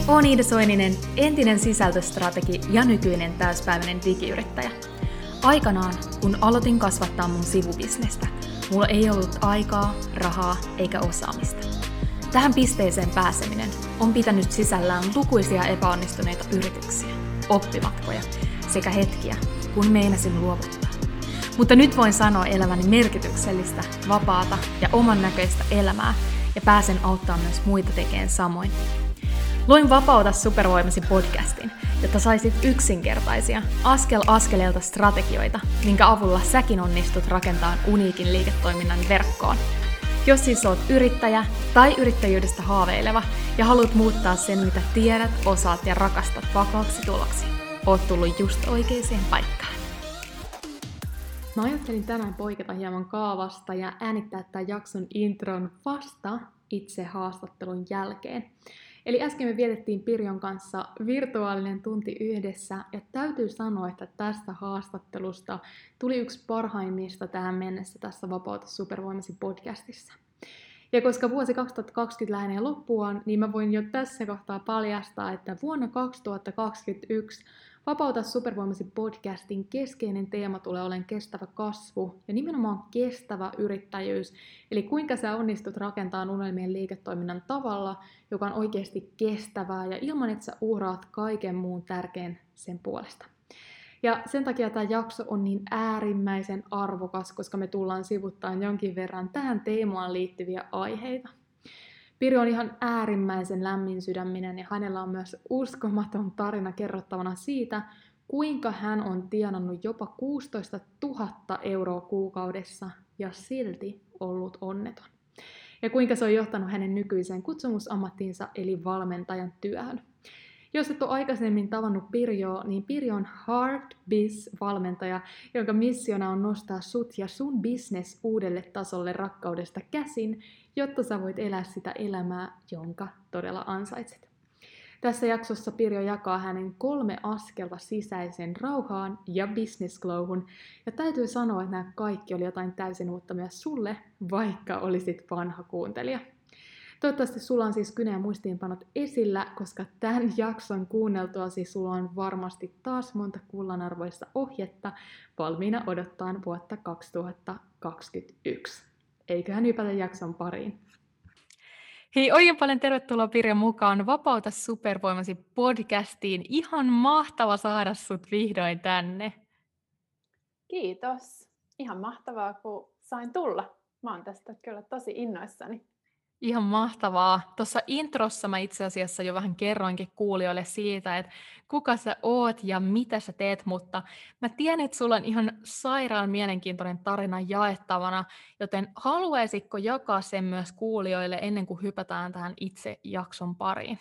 Olen Iida Soininen, entinen sisältöstrategi ja nykyinen täyspäiväinen digiyrittäjä. Aikanaan, kun aloitin kasvattaa mun sivubisnestä, mulla ei ollut aikaa, rahaa eikä osaamista. Tähän pisteeseen pääseminen on pitänyt sisällään lukuisia epäonnistuneita yrityksiä, oppimatkoja sekä hetkiä, kun meinasin luovuttaa. Mutta nyt voin sanoa eläväni merkityksellistä, vapaata ja oman näköistä elämää ja pääsen auttamaan myös muita tekemään samoin. Luin Vapauta supervoimasi podcastin, jotta saisit yksinkertaisia, askel askeleelta strategioita, minkä avulla säkin onnistut rakentamaan uniikin liiketoiminnan verkkoon. Jos siis oot yrittäjä tai yrittäjyydestä haaveileva ja haluat muuttaa sen, mitä tiedät, osaat ja rakastat vakaaksi tuloksi, oot tullut just oikeaan paikkaan. Mä ajattelin tänään poiketa hieman kaavasta ja äänittää tämän jakson intron vasta itse haastattelun jälkeen. Eli äsken me vietettiin Pirjon kanssa virtuaalinen tunti yhdessä, ja täytyy sanoa, että tästä haastattelusta tuli yksi parhaimmista tähän mennessä tässä Vapauta supervoimasi podcastissa. Ja koska vuosi 2020 lähenee loppuaan, niin mä voin jo tässä kohtaa paljastaa, että vuonna 2021 Vapauta supervoimasi podcastin keskeinen teema tulee olemaan kestävä kasvu ja nimenomaan kestävä yrittäjyys. Eli kuinka sä onnistut rakentamaan unelmien liiketoiminnan tavalla, joka on oikeasti kestävää ja ilman, että sä uhraat kaiken muun tärkeän sen puolesta. Ja sen takia tämä jakso on niin äärimmäisen arvokas, koska me tullaan sivuttaan jonkin verran tähän teemaan liittyviä aiheita. Pirjo on ihan äärimmäisen lämminsydäminen ja hänellä on myös uskomaton tarina kerrottavana siitä, kuinka hän on tienannut jopa 16 000 euroa kuukaudessa ja silti ollut onneton. Ja kuinka se on johtanut hänen nykyiseen kutsumusammattiinsa eli valmentajan työhön. Jos et ole aikaisemmin tavannut Pirjoa, niin Pirjo on Hard Biz-valmentaja, jonka missiona on nostaa sut ja sun business uudelle tasolle rakkaudesta käsin, jotta sä voit elää sitä elämää, jonka todella ansaitset. Tässä jaksossa Pirjo jakaa hänen 3 askelta sisäiseen rauhaan ja business glowhun, ja täytyy sanoa, että nämä kaikki oli jotain täysin uutta myös sulle, vaikka olisit vanha kuuntelija. Toivottavasti sulla on siis kynä ja muistiinpanot esillä, koska tämän jakson kuunneltua siis sulla on varmasti taas monta kullanarvoista ohjetta valmiina odottaa vuotta 2021. Eiköhän hypätä jakson pariin. Hei, oikein paljon tervetuloa Pirjo mukaan Vapauta supervoimasi podcastiin. Ihan mahtava saada sut vihdoin tänne. Kiitos. Ihan mahtavaa, kun sain tulla. Mä oon tästä kyllä tosi innoissani. Ihan mahtavaa. Tuossa introssa mä itse asiassa jo vähän kerroinkin kuulijoille siitä, että kuka sä oot ja mitä sä teet, mutta mä tiedän, että sulla on ihan sairaan mielenkiintoinen tarina jaettavana, joten haluaisitko jakaa sen myös kuulijoille ennen kuin hypätään tähän itse jakson pariin?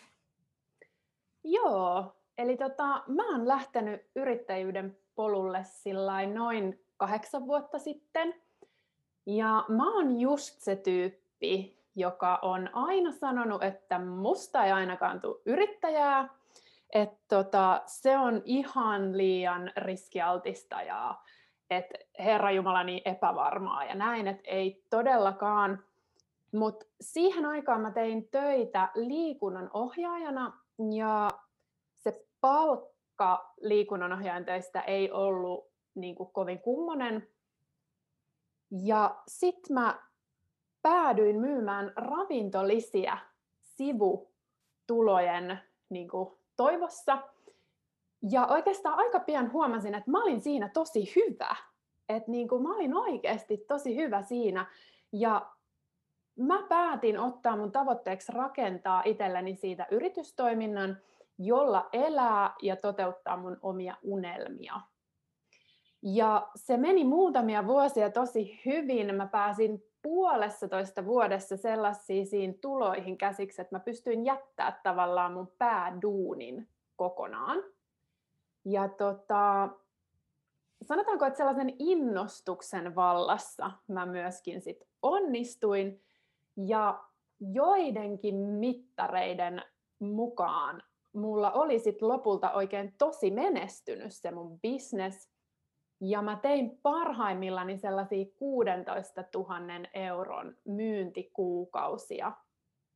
Joo, eli mä oon lähtenyt yrittäjyyden polulle sillain noin 8 vuotta sitten. Ja mä oon just se tyyppi, joka on aina sanonut, että musta ei ainakaan tule yrittäjää, että se on ihan liian riskialtista ja että Herranjumala niin epävarmaa ja näin, että ei todellakaan. Mutta siihen aikaan mä tein töitä liikunnan ohjaajana ja se palkka liikunnanohjaajan töistä ei ollut niin kuin kovin kummonen. Ja sitten mä päädyin myymään ravintolisiä sivutulojen niin kuin toivossa. Ja oikeastaan aika pian huomasin, että mä olin siinä tosi hyvä. Että niin kuin mä olin oikeasti tosi hyvä siinä. Ja mä päätin ottaa mun tavoitteeksi rakentaa itselleni siitä yritystoiminnan, jolla elää ja toteuttaa mun omia unelmia. Ja se meni muutamia vuosia tosi hyvin. Mä pääsin 1,5 vuodessa sellaisiin tuloihin käsiksi, että mä pystyin jättämään tavallaan mun pääduunin kokonaan. Ja sanotaanko, että sellaisen innostuksen vallassa mä myöskin sit onnistuin. Ja joidenkin mittareiden mukaan mulla oli sit lopulta oikein tosi menestynyt se mun business. Ja mä tein parhaimmillani sellaisia 16 000 euron myyntikuukausia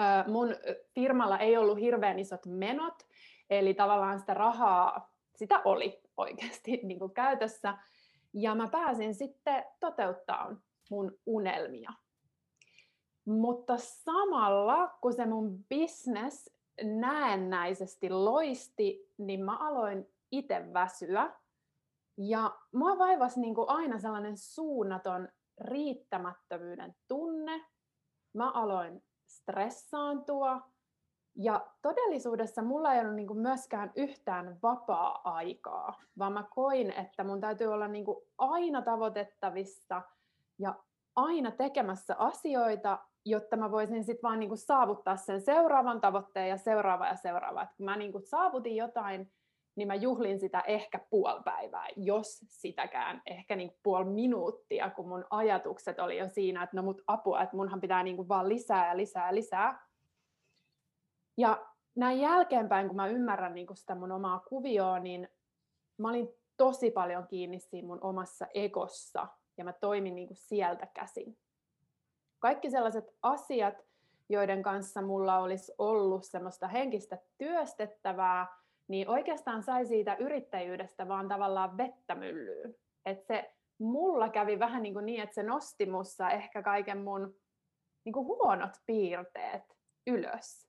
Mun firmalla ei ollut hirveän isot menot, eli tavallaan sitä rahaa, sitä oli oikeasti niin kuin käytössä. Ja mä pääsin sitten toteuttamaan mun unelmia. Mutta samalla, kun se mun business näennäisesti loisti, niin mä aloin itse väsyä. Ja mua vaivasi niin kuin aina sellainen suunnaton riittämättömyyden tunne. Mä aloin stressaantua. Ja todellisuudessa mulla ei ollut niin kuin myöskään yhtään vapaa-aikaa, vaan mä koin, että mun täytyy olla niin kuin aina tavoitettavissa ja aina tekemässä asioita, jotta mä voisin sitten vaan niin kuin saavuttaa sen seuraavan tavoitteen ja seuraava. Et kun mä niin kuin saavutin jotain, niin mä juhlin sitä ehkä puoli päivää, jos sitäkään, ehkä niin puoli minuuttia, kun mun ajatukset oli jo siinä, että no mut apua, että munhan pitää niin kuin vaan lisää. Ja näin jälkeenpäin, kun mä ymmärrän niin kuin sitä mun omaa kuvioa, niin mä olin tosi paljon kiinni siinä mun omassa egossa ja mä toimin niin kuin sieltä käsin. Kaikki sellaiset asiat, joiden kanssa mulla olisi ollut semmoista henkistä työstettävää, niin oikeastaan sai siitä yrittäjyydestä vaan tavallaan vettä myllyyn. Että se mulla kävi vähän niin, että se nosti mussa ehkä kaiken mun niin kuin huonot piirteet ylös.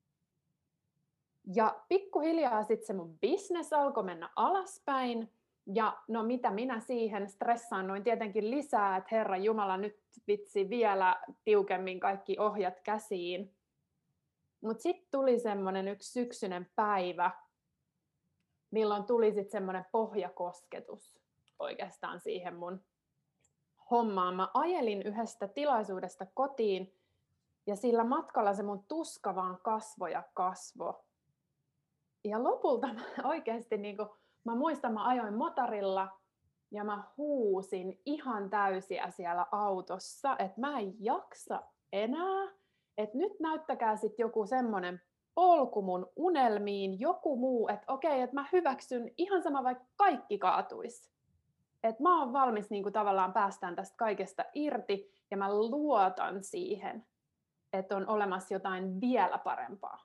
Ja pikkuhiljaa sitten se mun business alkoi mennä alaspäin. Ja no mitä minä siihen stressaannuin tietenkin lisää, että Herra Jumala, nyt vitsi vielä tiukemmin kaikki ohjat käsiin. Mutta sitten tuli semmoinen yksi syksyinen päivä, milloin tuli sitten semmoinen pohjakosketus oikeastaan siihen mun hommaan. Mä ajelin yhdestä tilaisuudesta kotiin ja sillä matkalla se mun tuska vaan kasvo. Ja lopulta mä oikeasti, mä muistan, mä ajoin motorilla ja mä huusin ihan täysiä siellä autossa, että mä en jaksa enää, että nyt näyttäkää sitten joku semmoinen polku mun unelmiin, joku muu, että okei, että mä hyväksyn ihan sama, vaikka kaikki kaatuisi. Että mä oon valmis tavallaan päästään tästä kaikesta irti ja mä luotan siihen, että on olemassa jotain vielä parempaa.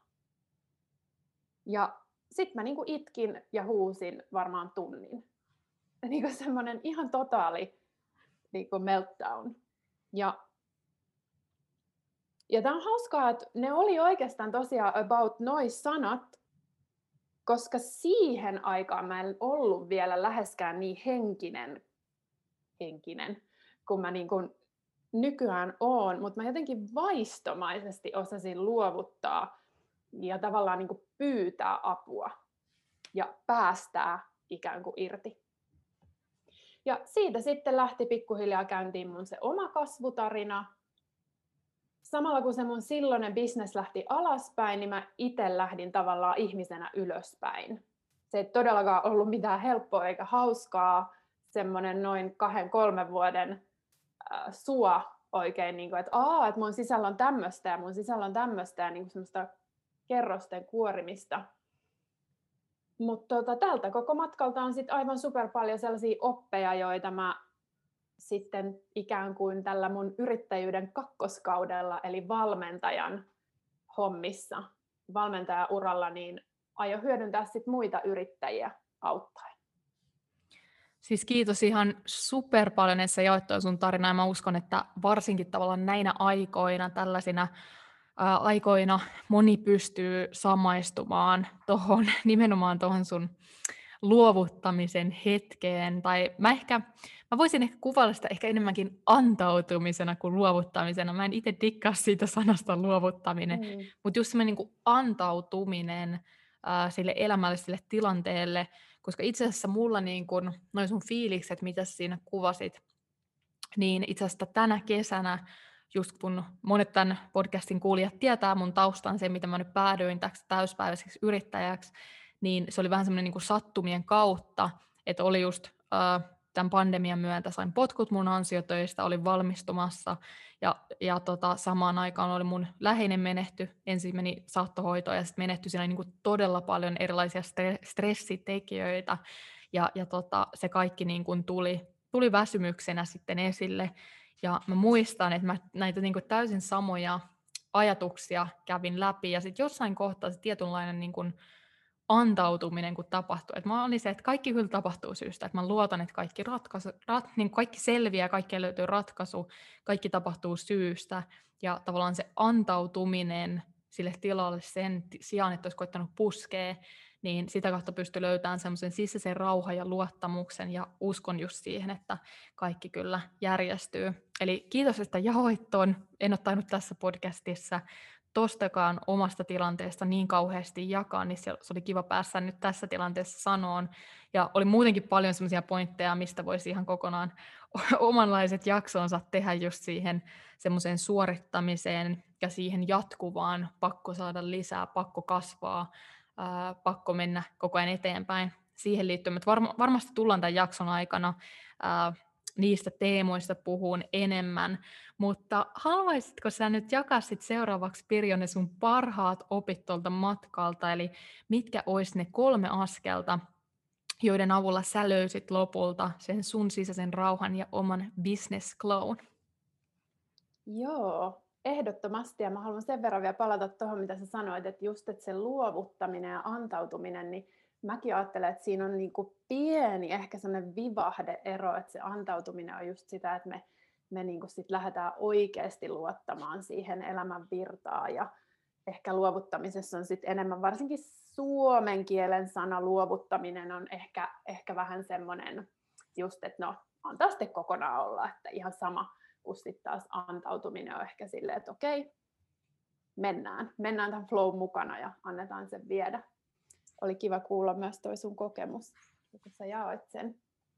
Ja sitten mä itkin ja huusin varmaan tunnin. Semmoinen ihan totaali meltdown. Ja tää on hauskaa, että ne oli oikeastaan tosiaan about nois sanat, koska siihen aikaan mä en ollut vielä läheskään niin henkinen kuin mä nykyään oon, mutta mä jotenkin vaistomaisesti osasin luovuttaa ja tavallaan pyytää apua ja päästää ikään kuin irti. Ja siitä sitten lähti pikkuhiljaa käyntiin mun se oma kasvutarina. Samalla kun se mun silloinen business lähti alaspäin, niin mä itse lähdin tavallaan ihmisenä ylöspäin. Se ei todellakaan ollut mitään helppoa eikä hauskaa, semmoinen noin 2-3 vuoden sua oikein, että mun sisällä on tämmöistä ja mun sisällä on tämmöistä ja semmoista kerrosten kuorimista. Mutta tältä koko matkalta on sitten aivan super paljon sellaisia oppeja, joita mä sitten ikään kuin tällä mun yrittäjyyden kakkoskaudella, eli valmentajan hommissa, valmentajauralla, niin aion hyödyntää sitten muita yrittäjiä auttaen. Siis kiitos ihan super paljon, että sä jaoit toi sun tarinaa. Mä uskon, että varsinkin tavallaan näinä aikoina, tällaisina aikoina moni pystyy samaistumaan nimenomaan tuohon sun luovuttamisen hetkeen. Tai mä voisin ehkä kuvailla sitä ehkä enemmänkin antautumisena kuin luovuttamisena. Mä en itse dikkaa siitä sanasta luovuttaminen, mutta just semmoinen niin kuin antautuminen sille elämälliselle tilanteelle, koska itse asiassa mulla noi sun fiilikset, mitä siinä kuvasit, niin itse asiassa tänä kesänä, just kun monet tämän podcastin kuulijat tietää mun taustan, se mitä mä nyt päädyin täksi täyspäiväiseksi yrittäjäksi, niin se oli vähän semmoinen sattumien kautta, että oli just tämän pandemian myötä sain potkut mun ansiotöistä, olin valmistumassa ja samaan aikaan oli mun läheinen menehty, ensin meni saattohoitoon ja sitten menehtyi siinä todella paljon erilaisia stressitekijöitä ja se kaikki tuli väsymyksenä sitten esille. Ja mä muistan, että mä näitä täysin samoja ajatuksia kävin läpi, ja sitten jossain kohtaa se tietynlainen niin kuin antautuminen, kun tapahtui. Et mä olin se, että kaikki kyllä tapahtuu syystä, että mä luotan, että niin kaikki selviää, kaikkeen löytyy ratkaisu, kaikki tapahtuu syystä, ja tavallaan se antautuminen sille tilalle sen sijaan, että olisi koittanut puskea, niin sitä kautta pystyi löytämään semmoisen sisäisen rauhan ja luottamuksen, ja uskon just siihen, että kaikki kyllä järjestyy. Eli kiitos, että jaoit ton. En ole tainnut tässä podcastissa tostakaan omasta tilanteesta niin kauheasti jakaa, niin se oli kiva päästä nyt tässä tilanteessa sanoon. Ja oli muutenkin paljon semmoisia pointteja, mistä voisi ihan kokonaan omanlaiset jaksonsa tehdä just siihen semmoiseen suorittamiseen ja siihen jatkuvaan, pakko saada lisää, pakko kasvaa, pakko mennä koko ajan eteenpäin. Siihen liittyen, että varmasti tullaan tämän jakson aikana niistä teemoista puhun enemmän, mutta haluaisitko sä nyt jakaa sit seuraavaksi, Pirjo, ne sun parhaat opit tuolta matkalta, eli mitkä olisi ne 3 askelta, joiden avulla sä löysit lopulta sen sun sisäisen rauhan ja oman business glown? Joo, ehdottomasti. Ja mä haluan sen verran vielä palata tuohon, mitä sä sanoit, että just että se luovuttaminen ja antautuminen, niin mäkin ajattelen, että siinä on niinku pieni ehkä sellainen vivahde-ero, että se antautuminen on just sitä, että me niinku sit lähdetään oikeasti luottamaan siihen elämän virtaan, ja ehkä luovuttamisessa on sitten enemmän, varsinkin suomen kielen sana luovuttaminen on ehkä vähän semmoinen just, että no, antaa sitten kokonaan olla, että ihan sama, kun sitten taas antautuminen on ehkä silleen, että okei, mennään tämän flow mukana ja annetaan sen viedä. Oli kiva kuulla myös toi sun kokemus, kun sä jaoit sen.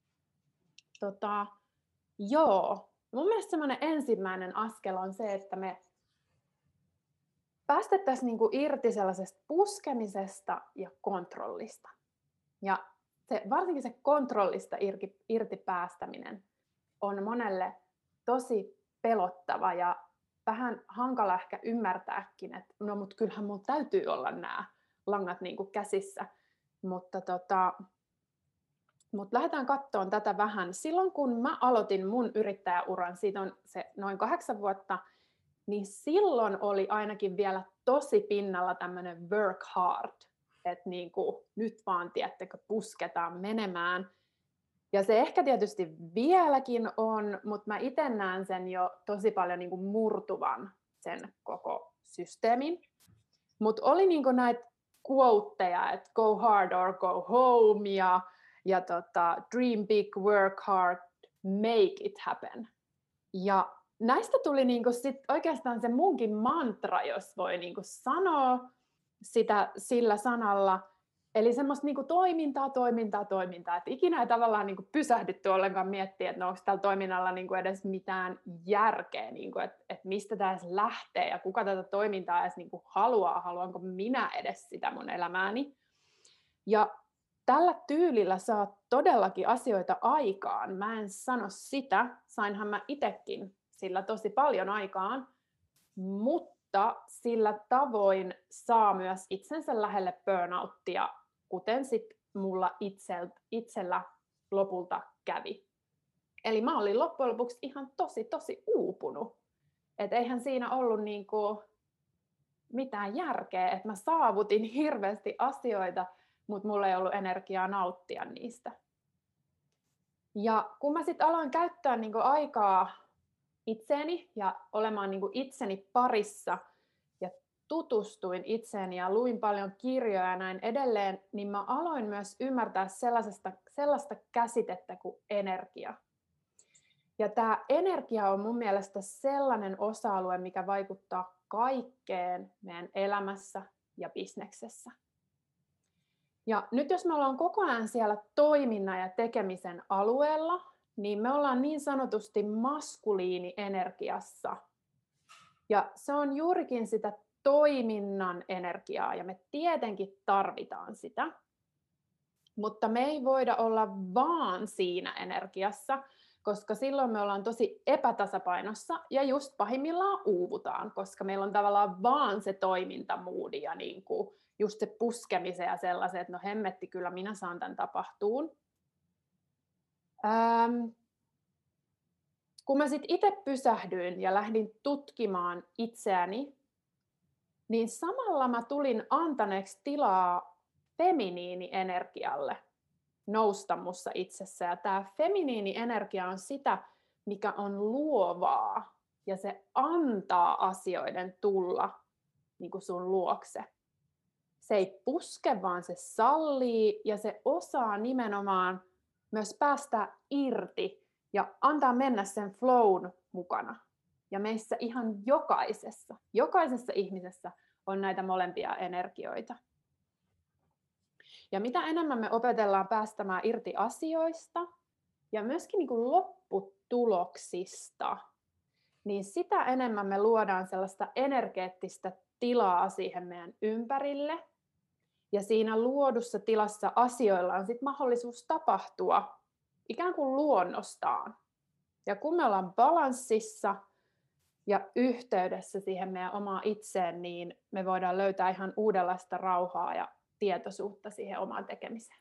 Joo, mun mielestä semmoinen ensimmäinen askel on se, että me päästettäisiin niinku irti sellaisesta puskemisesta ja kontrollista. Ja varsinkin se kontrollista irti päästäminen on monelle tosi pelottava ja vähän hankala ehkä ymmärtääkin, että no mut kyllähän mun täytyy olla nämä langat niinku käsissä. Mutta lähdetään katsomaan tätä vähän. Silloin kun mä aloitin mun yrittäjäuran, siitä on se noin 8 vuotta, niin silloin oli ainakin vielä tosi pinnalla tämmöinen work hard, että niinku, nyt vaan, tiedättekö, pusketaan menemään. Ja se ehkä tietysti vieläkin on, mutta mä itse näen sen jo tosi paljon niinku murtuvan sen koko systeemin. Mutta oli niinku näitä quoteja, että go hard or go home ja dream big, work hard, make it happen. Ja näistä tuli niinku sit oikeastaan se munkin mantra, jos voi niinku sanoa sitä sillä sanalla. Eli semmoista niinku toimintaa. Et ikinä ei tavallaan niinku pysähdytty ollenkaan miettiä, että no, onko tällä toiminnalla niinku edes mitään järkeä, niinku, että mistä tämä edes lähtee ja kuka tätä toimintaa edes niinku haluaa, haluanko minä edes sitä mun elämääni. Ja tällä tyylillä saa todellakin asioita aikaan. Mä en sano sitä, sainhan mä itsekin sillä tosi paljon aikaan, mutta sillä tavoin saa myös itsensä lähelle burnouttia, kuten sitten mulla itsellä lopulta kävi. Eli mä olin loppujen lopuksi ihan tosi uupunut. Et eihän siinä ollut niinku mitään järkeä, että mä saavutin hirveästi asioita, mutta mulla ei ollut energiaa nauttia niistä. Ja kun mä sitten aloin käyttää niinku aikaa itseeni ja olemaan niinku itseni parissa ja tutustuin itseeni ja luin paljon kirjoja ja näin edelleen, niin mä aloin myös ymmärtää sellaista käsitettä kuin energia. Ja tämä energia on mun mielestä sellainen osa-alue, mikä vaikuttaa kaikkeen meidän elämässä ja bisneksessä. Ja nyt jos me ollaan koko ajan siellä toiminnan ja tekemisen alueella, niin me ollaan niin sanotusti maskuliinienergiassa. Ja se on juurikin sitä toiminnan energiaa, ja me tietenkin tarvitaan sitä. Mutta me ei voida olla vaan siinä energiassa, koska silloin me ollaan tosi epätasapainossa ja just pahimmillaan uuvutaan, koska meillä on tavallaan vaan se toimintamoodi ja niin kuin just se puskemisen ja sellaisen, että no hemmetti, kyllä minä saan tämän tapahtuun. Kun mä sitten itse pysähdyin ja lähdin tutkimaan itseäni niin samalla mä tulin antaneeksi tilaa feminiinienergialle nousta mussa itsessä. Ja tämä feminiinienergia on sitä, mikä on luovaa ja se antaa asioiden tulla niin kuin sun luokse. Se ei puske, vaan se sallii ja se osaa nimenomaan myös päästä irti ja antaa mennä sen flown mukana. Ja meissä ihan jokaisessa ihmisessä on näitä molempia energioita. Ja mitä enemmän me opetellaan päästämään irti asioista ja myöskin niin kuin lopputuloksista, niin sitä enemmän me luodaan sellaista energeettistä tilaa siihen meidän ympärille. Ja siinä luodussa tilassa asioilla on sitten mahdollisuus tapahtua ikään kuin luonnostaan. Ja kun me ollaan balanssissa ja yhteydessä siihen meidän omaan itseen, niin me voidaan löytää ihan uudenlaista rauhaa ja tietoisuutta siihen omaan tekemiseen.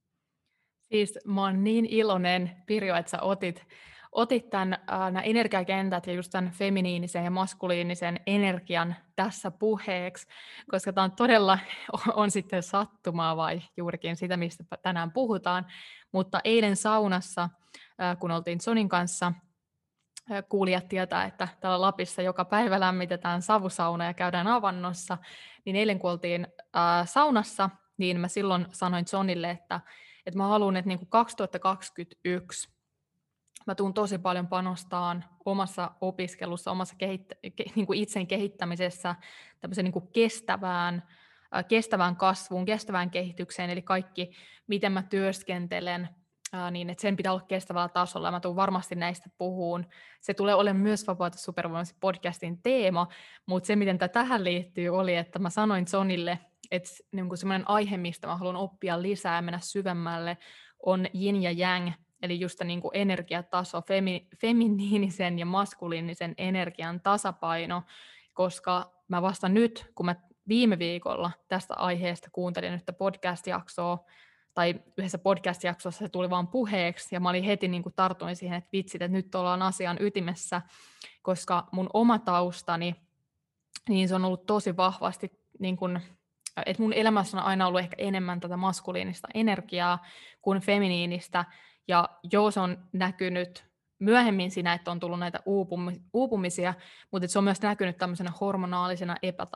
Siis mä oon niin iloinen, Pirjo, että sä otit nämä energiakentät ja just tämän feminiinisen ja maskuliinisen energian tässä puheeksi, koska tämä on todella on sitten sattumaa vai juurikin sitä, mistä tänään puhutaan. Mutta eilen saunassa, kun oltiin Sonin kanssa, kuulijat tietää, että täällä Lapissa joka päivä lämmitetään savusauna ja käydään avannossa, niin eilen kun oltiin saunassa, niin mä silloin sanoin Sonille, että mä haluan, että niin kuin 2021 mä tuun tosi paljon panostaan omassa opiskelussa, omassa niin kuin itsen kehittämisessä, tämmöiseen niin kuin kestävään kasvuun, kestävään kehitykseen, eli kaikki, miten mä työskentelen, niin että sen pitää olla kestävällä tasolla, ja mä tuun varmasti näistä puhuun. Se tulee olemaan myös Vapauta supervoimasi podcastin teema, mutta se, miten tämä tähän liittyy, oli, että mä sanoin Sonille, että niin semmoinen aihe, mistä mä haluan oppia lisää ja mennä syvemmälle, on yin ja yang, eli just niin kuin energiataso, feminiinisen ja maskuliinisen energian tasapaino, koska mä vasta nyt, kun mä viime viikolla tästä aiheesta kuuntelin yhtä podcast-jaksoa, tai yhdessä podcast-jaksossa se tuli vaan puheeksi, ja mä olin heti niin kuin tartuin siihen, että vitsit, että nyt ollaan asian ytimessä, koska mun oma taustani, niin se on ollut tosi vahvasti, niin kuin, että mun elämässä on aina ollut ehkä enemmän tätä maskuliinista energiaa kuin feminiinistä, ja joo, se on näkynyt myöhemmin siinä, että on tullut näitä uupumisia, mutta se on myös näkynyt tämmöisenä hormonaalisena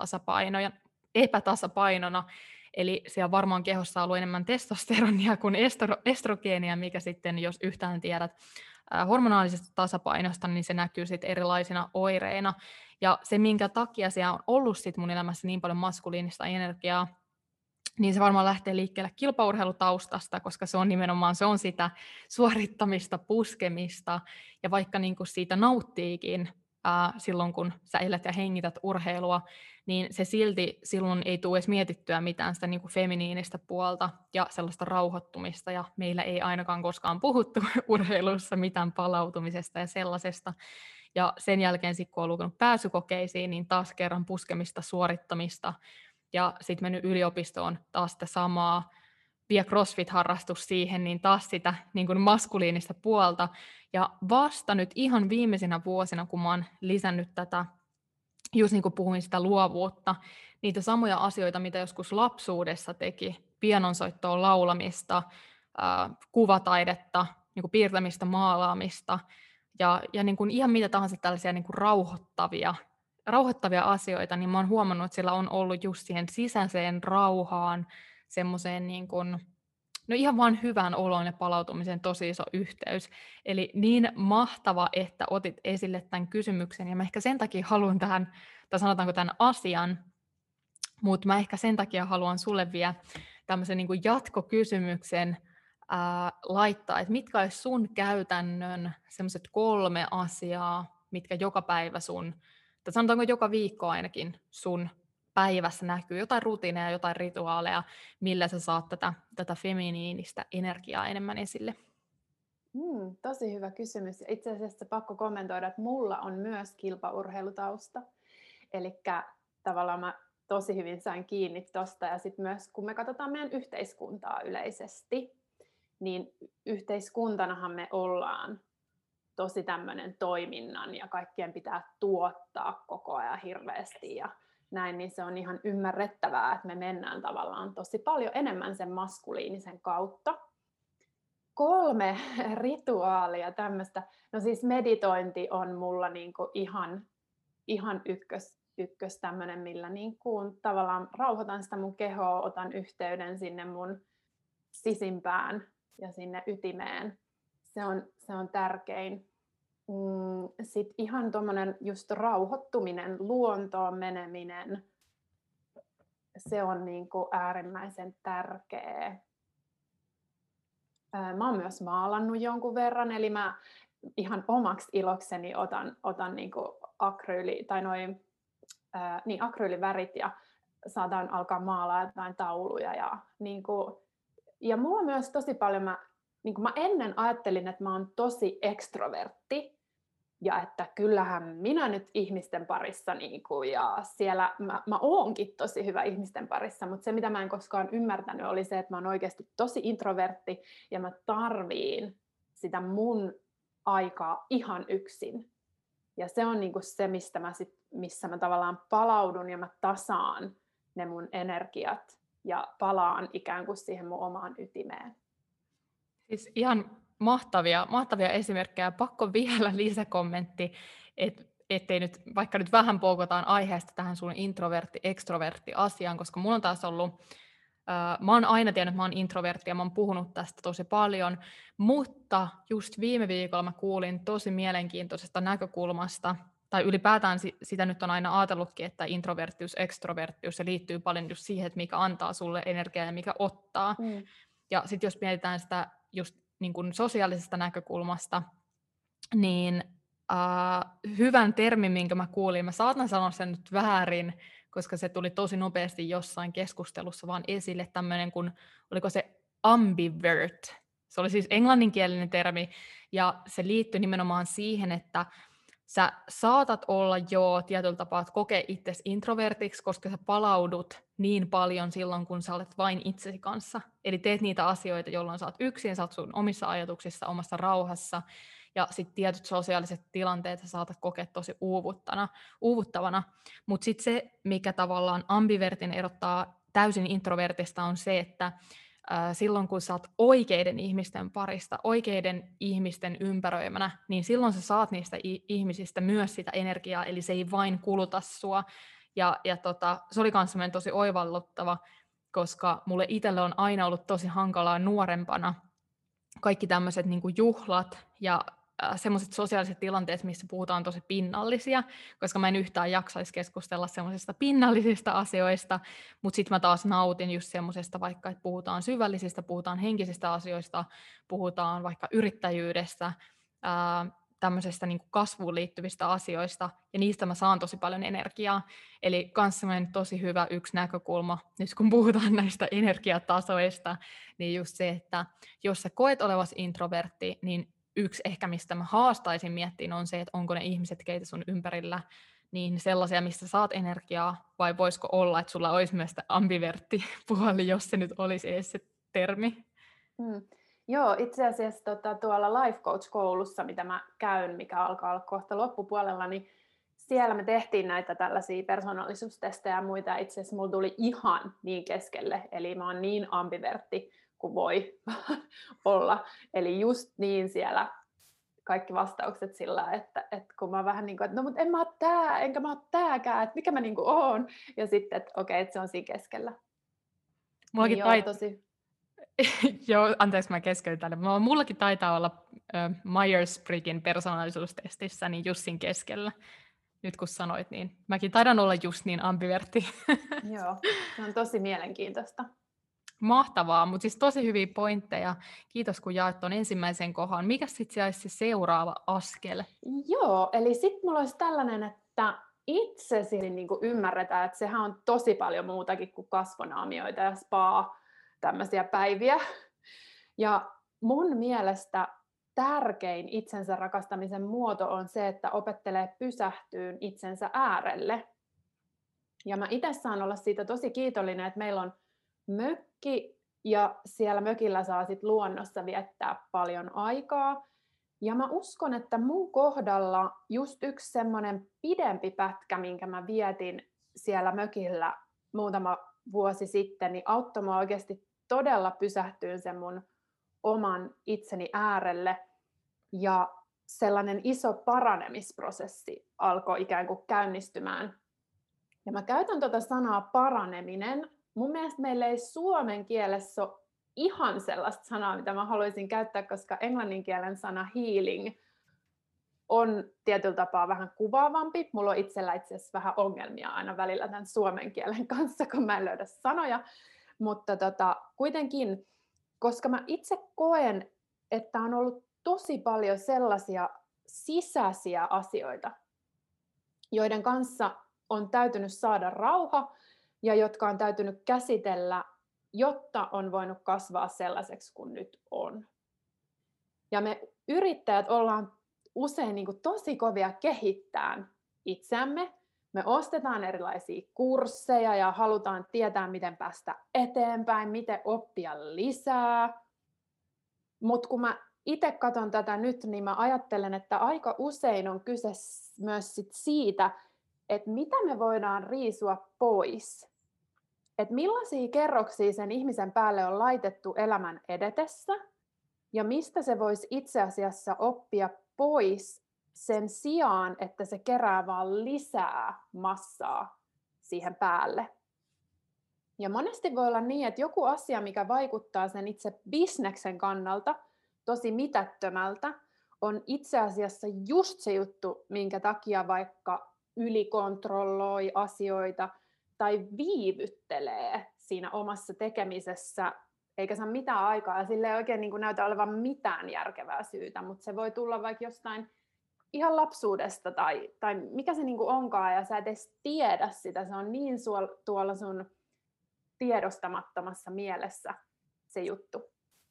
epätasapainona, eli siellä varmaan kehossa on ollut enemmän testosteronia kuin estrogeenia, mikä sitten, jos yhtään tiedät hormonaalisesta tasapainosta, niin se näkyy sitten erilaisina oireina. Ja se, minkä takia siellä on ollut sit mun elämässä niin paljon maskuliinista energiaa, niin se varmaan lähtee liikkeelle kilpaurheilutaustasta, koska se on nimenomaan se on sitä suorittamista, puskemista, ja vaikka niin kuin siitä nauttiikin silloin, kun sä elät ja hengität urheilua, niin se silti silloin ei tule edes mietittyä mitään sitä niin kuin feminiinistä puolta ja sellaista rauhoittumista, ja meillä ei ainakaan koskaan puhuttu urheilussa mitään palautumisesta ja sellaisesta. Ja sen jälkeen, kun on lukenut pääsykokeisiin, niin taas kerran puskemista, suorittamista, ja sitten mennyt yliopistoon taas sitä samaa, vie CrossFit-harrastus siihen, niin taas sitä niin kuin maskuliinista puolta. Ja vasta nyt ihan viimeisinä vuosina, kun mä oon lisännyt tätä, just niin kuin puhuin sitä luovuutta, niitä samoja asioita, mitä joskus lapsuudessa teki, pianonsoittoa, laulamista, kuvataidetta, niin kuin piirtämistä, maalaamista, ja niin kuin ihan mitä tahansa tällaisia niin kuin rauhoittavia asioita, niin mä oon huomannut, että sillä on ollut just siihen sisäiseen rauhaan, semmoiseen niin kuin, no ihan vaan hyvän olon ja palautumisen tosi iso yhteys. Eli niin mahtava, että otit esille tämän kysymyksen, ja mä ehkä sen takia haluan tähän, tai sanotaanko tämän asian, mutta mä ehkä sen takia haluan sulle vielä tämmöisen niin kuin jatkokysymyksen laittaa, että mitkä olisi sun käytännön semmoiset 3 asiaa, mitkä joka päivä tai sanotaanko joka viikko ainakin sun päivässä näkyy, jotain rutiineja, jotain rituaaleja, millä sä saat tätä feminiinistä energiaa enemmän esille? Tosi hyvä kysymys. Itse asiassa pakko kommentoida, että mulla on myös kilpaurheilutausta. Eli tavallaan mä tosi hyvin sain kiinni tuosta. Ja sitten myös kun me katsotaan meidän yhteiskuntaa yleisesti, niin yhteiskuntanahan me ollaan tosi tämmöinen toiminnan ja kaikkien pitää tuottaa koko ajan hirveästi ja näin, niin se on ihan ymmärrettävää, että me mennään tavallaan tosi paljon enemmän sen maskuliinisen kautta. 3 rituaalia tämmöistä. No siis meditointi on mulla niinku ihan ykkös tämmönen, millä niinku tavallaan rauhoitan sitä mun kehoa, otan yhteyden sinne mun sisimpään ja sinne ytimeen. Se on tärkein. Sitten ihan tommonen just rauhoittuminen, luontoon meneminen, se on niinku äärimmäisen tärkeä. Mä oon myös maalannut jonkun verran, eli mä ihan omaksi ilokseni otan niinku akryylivärit ja saatan alkaa maalaa jotain tauluja. Ja mulla myös tosi paljon, mä ennen ajattelin, että mä oon tosi ekstrovertti ja että kyllähän minä nyt ihmisten parissa ja siellä mä oonkin tosi hyvä ihmisten parissa, mutta se mitä mä en koskaan ymmärtänyt oli se, että mä oon oikeasti tosi introvertti ja mä tarviin sitä mun aikaa ihan yksin. Ja se on se, missä mä tavallaan palaudun ja mä tasaan ne mun energiat ja palaan ikään kuin siihen mun omaan ytimeen. Siis ihan mahtavia esimerkkejä. Pakko vielä lisäkommentti, ettei nyt, vaikka nyt vähän poukotaan aiheesta tähän sun introvertti-extrovertti-asiaan, koska mulla on taas ollut, mä oon aina tiennyt, että mä oon introvertti ja mä oon puhunut tästä tosi paljon, mutta just viime viikolla mä kuulin tosi mielenkiintoisesta näkökulmasta, tai ylipäätään sitä nyt on aina ajatellutkin, että introverttius, extroverttius, se liittyy paljon just siihen, että mikä antaa sulle energiaa ja mikä ottaa. Ja sitten jos mietitään sitä just niin kuin sosiaalisesta näkökulmasta, niin hyvän termin, minkä mä kuulin, mä saatan sanoa sen nyt väärin, koska se tuli tosi nopeasti jossain keskustelussa vaan esille, tämmöinen kuin, oliko se ambivert. Se oli siis englanninkielinen termi, ja se liittyi nimenomaan siihen, että sä saatat olla tietyllä tapaa, että kokee itsesi introvertiksi, koska sä palaudut niin paljon silloin, kun sä olet vain itsesi kanssa. Eli teet niitä asioita, jolloin sä oot yksin, sä oot sun omissa ajatuksissa, omassa rauhassa, ja sitten tietyt sosiaaliset tilanteet sä saatat kokea tosi uuvuttavana. Mutta sitten se, mikä tavallaan ambivertin erottaa täysin introvertista, on se, että silloin kun sä oot oikeiden ihmisten parista, oikeiden ihmisten ympäröimänä, niin silloin sä saat niistä ihmisistä myös sitä energiaa, eli se ei vain kuluta sua. Ja se oli myös tosi oivalluttava, koska mulle itselle on aina ollut tosi hankalaa nuorempana kaikki tämmöiset niin kuin juhlat ja semmoiset sosiaaliset tilanteet, missä puhutaan tosi pinnallisia, koska mä en yhtään jaksaisi keskustella semmoisista pinnallisista asioista, mutta sitten mä taas nautin just semmoisesta vaikka, että puhutaan syvällisistä, puhutaan henkisistä asioista, puhutaan vaikka yrittäjyydestä, tämmöisestä niin kuin kasvuun liittyvistä asioista, ja niistä mä saan tosi paljon energiaa. Eli kans semmoinen tosi hyvä yksi näkökulma, nyt kun puhutaan näistä energiatasoista, niin just se, että jos sä koet olevasi introvertti, niin yksi ehkä, mistä mä haastaisin miettiin, on se, että onko ne ihmiset, keitä sun ympärillä, niin sellaisia, mistä saat energiaa, vai voisiko olla, että sulla olisi myös ambivertti puoli, jos se nyt olisi edes se termi? Joo, itse asiassa tuolla Life Coach-koulussa, mitä mä käyn, mikä alkaa olla kohta loppupuolella, niin siellä me tehtiin näitä tällaisia persoonallisuustestejä ja muita. Itse asiassa mulla tuli ihan niin keskelle, eli mä oon niin ambivertti kuin voi olla. Eli just niin siellä kaikki vastaukset sillä, että kun mä vähän niin kuin, että no mutta en mä oo tää, enkä mä oo tääkään, että mikä mä niin kuin oon. Ja sitten, että okei, että se on siinä keskellä. Mullakin niin tosi... Joo, anteeksi mä keskeytän. Mullakin taitaa olla Myers-Briggin persoonallisuustestissä niin just siinä keskellä. Nyt kun sanoit, niin mäkin taidan olla just niin ambivertti. Joo, se on tosi mielenkiintoista. Mahtavaa, mutta siis tosi hyviä pointteja. Kiitos kun jaoit tuon ensimmäisen kohan. Mikä sitten olisi se seuraava askel? Joo, eli sitten mulla olisi tällainen, että itsesi niin kuin ymmärretään, että sehän on tosi paljon muutakin kuin kasvonaamioita ja spa, tämmöisiä päiviä. Ja mun mielestä tärkein itsensä rakastamisen muoto on se, että opettelee pysähtyyn itsensä äärelle. Ja mä itse saan olla siitä tosi kiitollinen, että meillä on mökki ja siellä mökillä saa sit luonnossa viettää paljon aikaa. Ja mä uskon, että mun kohdalla just yksi semmoinen pidempi pätkä, minkä mä vietin siellä mökillä muutama vuosi sitten, niin auttoi mua oikeasti todella pysähtyä sen mun oman itseni äärelle. Ja sellainen iso paranemisprosessi alkoi ikään kuin käynnistymään. Ja mä käytän tuota sanaa paraneminen. Mun mielestä meillä ei suomen kielessä ole ihan sellaista sanaa, mitä mä haluaisin käyttää, koska englannin kielen sana healing on tietyllä tapaa vähän kuvaavampi. Mulla on itsellä itse asiassa vähän ongelmia aina välillä tämän suomen kielen kanssa, kun mä en löydä sanoja. Mutta kuitenkin, koska mä itse koen, että on ollut tosi paljon sellaisia sisäisiä asioita, joiden kanssa on täytynyt saada rauha ja jotka on täytynyt käsitellä, jotta on voinut kasvaa sellaiseksi kuin nyt on. Ja me yrittäjät ollaan usein niin kuin tosi kovia kehittämään itseämme. Me ostetaan erilaisia kursseja ja halutaan tietää, miten päästä eteenpäin, miten oppia lisää. Mutta kun mä itse katson tätä nyt, niin mä ajattelen, että aika usein on kyse myös siitä, että mitä me voidaan riisua pois. Että millaisia kerroksia sen ihmisen päälle on laitettu elämän edetessä ja mistä se voisi itse asiassa oppia pois sen sijaan, että se kerää vaan lisää massaa siihen päälle. Ja monesti voi olla niin, että joku asia, mikä vaikuttaa sen itse bisneksen kannalta tosi mitättömältä, on itse asiassa just se juttu, minkä takia vaikka ylikontrolloi asioita tai viivyttelee siinä omassa tekemisessä, eikä saa mitään aikaa, ja sille ei oikein niin kuin näytä olevan mitään järkevää syytä, mutta se voi tulla vaikka jostain ihan lapsuudesta tai mikä se niin kuin onkaan, ja sä et edes tiedä sitä, se on niin tuolla sun tiedostamattomassa mielessä se juttu.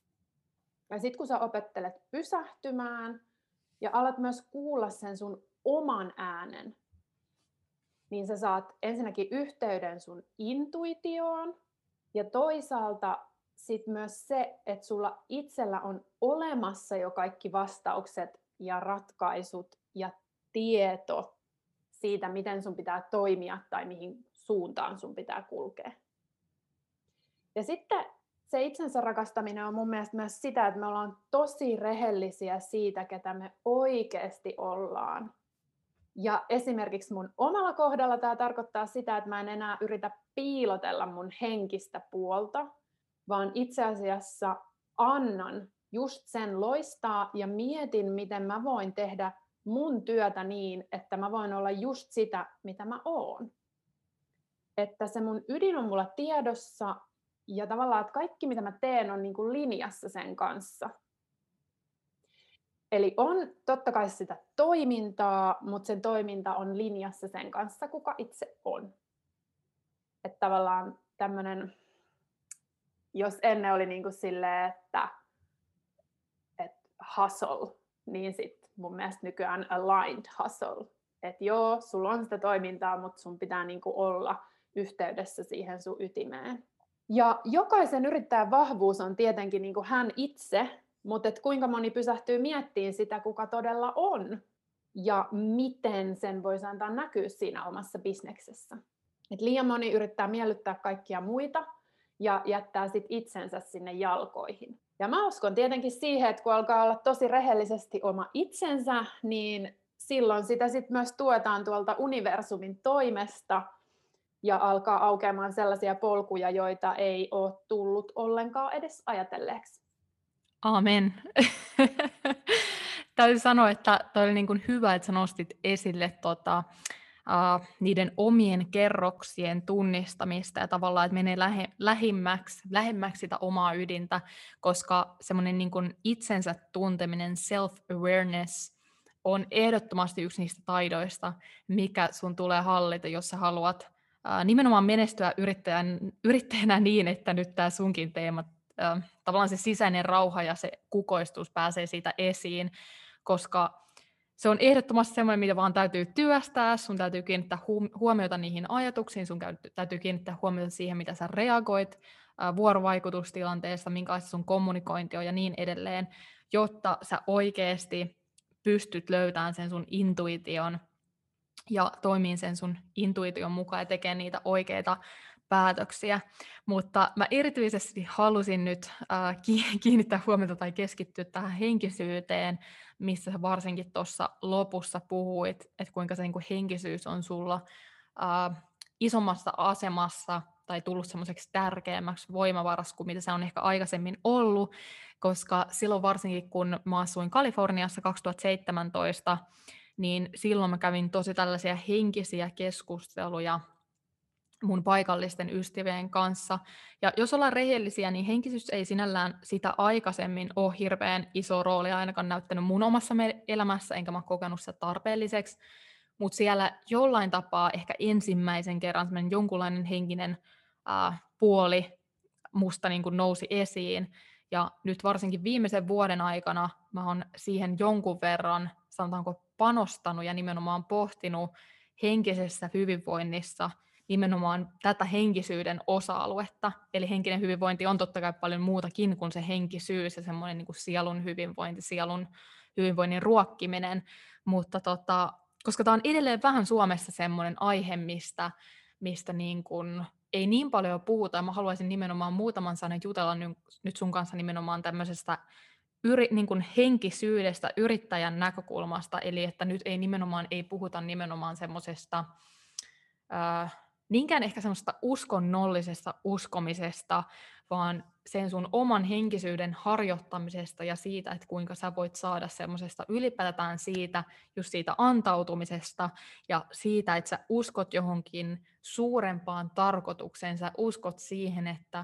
Ja sitten kun sä opettelet pysähtymään ja alat myös kuulla sen sun oman äänen, niin sä saat ensinnäkin yhteyden sun intuitioon ja toisaalta sit myös se, että sulla itsellä on olemassa jo kaikki vastaukset ja ratkaisut ja tieto siitä, miten sun pitää toimia tai mihin suuntaan sun pitää kulkea. Ja sitten se itsensä rakastaminen on mun mielestä myös sitä, että me ollaan tosi rehellisiä siitä, ketä me oikeasti ollaan. Ja esimerkiksi mun omalla kohdalla tämä tarkoittaa sitä, että mä en enää yritä piilotella mun henkistä puolta, vaan itse asiassa annan just sen loistaa ja mietin, miten mä voin tehdä mun työtä niin, että mä voin olla just sitä, mitä mä oon. Että se mun ydin on mulla tiedossa ja tavallaan, että kaikki mitä mä teen on niin kuin linjassa sen kanssa. Eli on totta kai sitä toimintaa, mutta sen toiminta on linjassa sen kanssa, kuka itse on. Että tavallaan tämmöinen, jos ennen oli niin kuin silleen, että hustle, niin sitten mun mielestä nykyään aligned hustle. Että joo, sulla on sitä toimintaa, mutta sun pitää niin kuin olla yhteydessä siihen sun ytimeen. Ja jokaisen yrittäjän vahvuus on tietenkin niin kuin hän itse, mutta et kuinka moni pysähtyy miettimään sitä, kuka todella on ja miten sen voisi antaa näkyä siinä omassa bisneksessä. Et liian moni yrittää miellyttää kaikkia muita ja jättää sit itsensä sinne jalkoihin. Ja mä uskon tietenkin siihen, että kun alkaa olla tosi rehellisesti oma itsensä, niin silloin sitä sit myös tuetaan tuolta universumin toimesta ja alkaa aukeamaan sellaisia polkuja, joita ei ole tullut ollenkaan edes ajatelleeksi. Aamen. Täytyy sanoa, että toi oli niin kuin hyvä, että sä nostit esille niiden omien kerroksien tunnistamista ja tavallaan, että menee lähemmäksi sitä omaa ydintä, koska semmoinen niin kuin itsensä tunteminen, self-awareness, on ehdottomasti yksi niistä taidoista, mikä sun tulee hallita, jos sä haluat nimenomaan menestyä yrittäjänä niin, että nyt tämä sunkin teema, tavallaan se sisäinen rauha ja se kukoistus pääsee siitä esiin, koska se on ehdottomasti semmoinen, mitä vaan täytyy työstää, sun täytyy kiinnittää huomiota niihin ajatuksiin, sun täytyy kiinnittää huomiota siihen, mitä sä reagoit vuorovaikutustilanteessa, minkälaista sun kommunikointi on ja niin edelleen, jotta sä oikeasti pystyt löytämään sen sun intuition ja toimiin sen sun intuition mukaan ja tekee niitä oikeita päätöksiä. Mutta mä erityisesti halusin nyt kiinnittää huomiota tai keskittyä tähän henkisyyteen, missä sä varsinkin tuossa lopussa puhuit, että kuinka se niin kuin henkisyys on sulla isommassa asemassa tai tullut semmoiseksi tärkeämmäksi voimavaraksi kuin mitä se on ehkä aikaisemmin ollut, koska silloin varsinkin kun mä asuin Kaliforniassa 2017, niin silloin mä kävin tosi tällaisia henkisiä keskusteluja mun paikallisten ystävien kanssa. Ja jos ollaan rehellisiä, niin henkisyys ei sinällään sitä aikaisemmin ole hirveän iso roolia ainakaan näyttänyt mun omassa elämässä, enkä mä ole kokenut sitä tarpeelliseksi. Mutta siellä jollain tapaa ehkä ensimmäisen kerran jonkunlainen henkinen puoli musta niin kuin nousi esiin. Ja nyt varsinkin viimeisen vuoden aikana mä oon siihen jonkun verran, sanotaanko, panostanut ja nimenomaan pohtinut henkisessä hyvinvoinnissa nimenomaan tätä henkisyyden osa-aluetta. Eli henkinen hyvinvointi on totta kai paljon muutakin kuin se henkisyys ja semmoinen niin kuin sielun hyvinvointi, sielun hyvinvoinnin ruokkiminen. Mutta koska tämä on edelleen vähän Suomessa semmoinen aihe, mistä niin kuin ei niin paljon puhuta, ja mä haluaisin nimenomaan muutaman sanan jutella nyt sun kanssa nimenomaan tämmöisestä niin kuin henkisyydestä yrittäjän näkökulmasta, eli että nyt ei puhuta nimenomaan semmoisesta niinkään ehkä semmoista uskonnollisesta uskomisesta, vaan sen sun oman henkisyyden harjoittamisesta ja siitä, että kuinka sä voit saada semmoisesta ylipäätään just siitä antautumisesta ja siitä, että sä uskot johonkin suurempaan tarkoitukseen, sä uskot siihen, että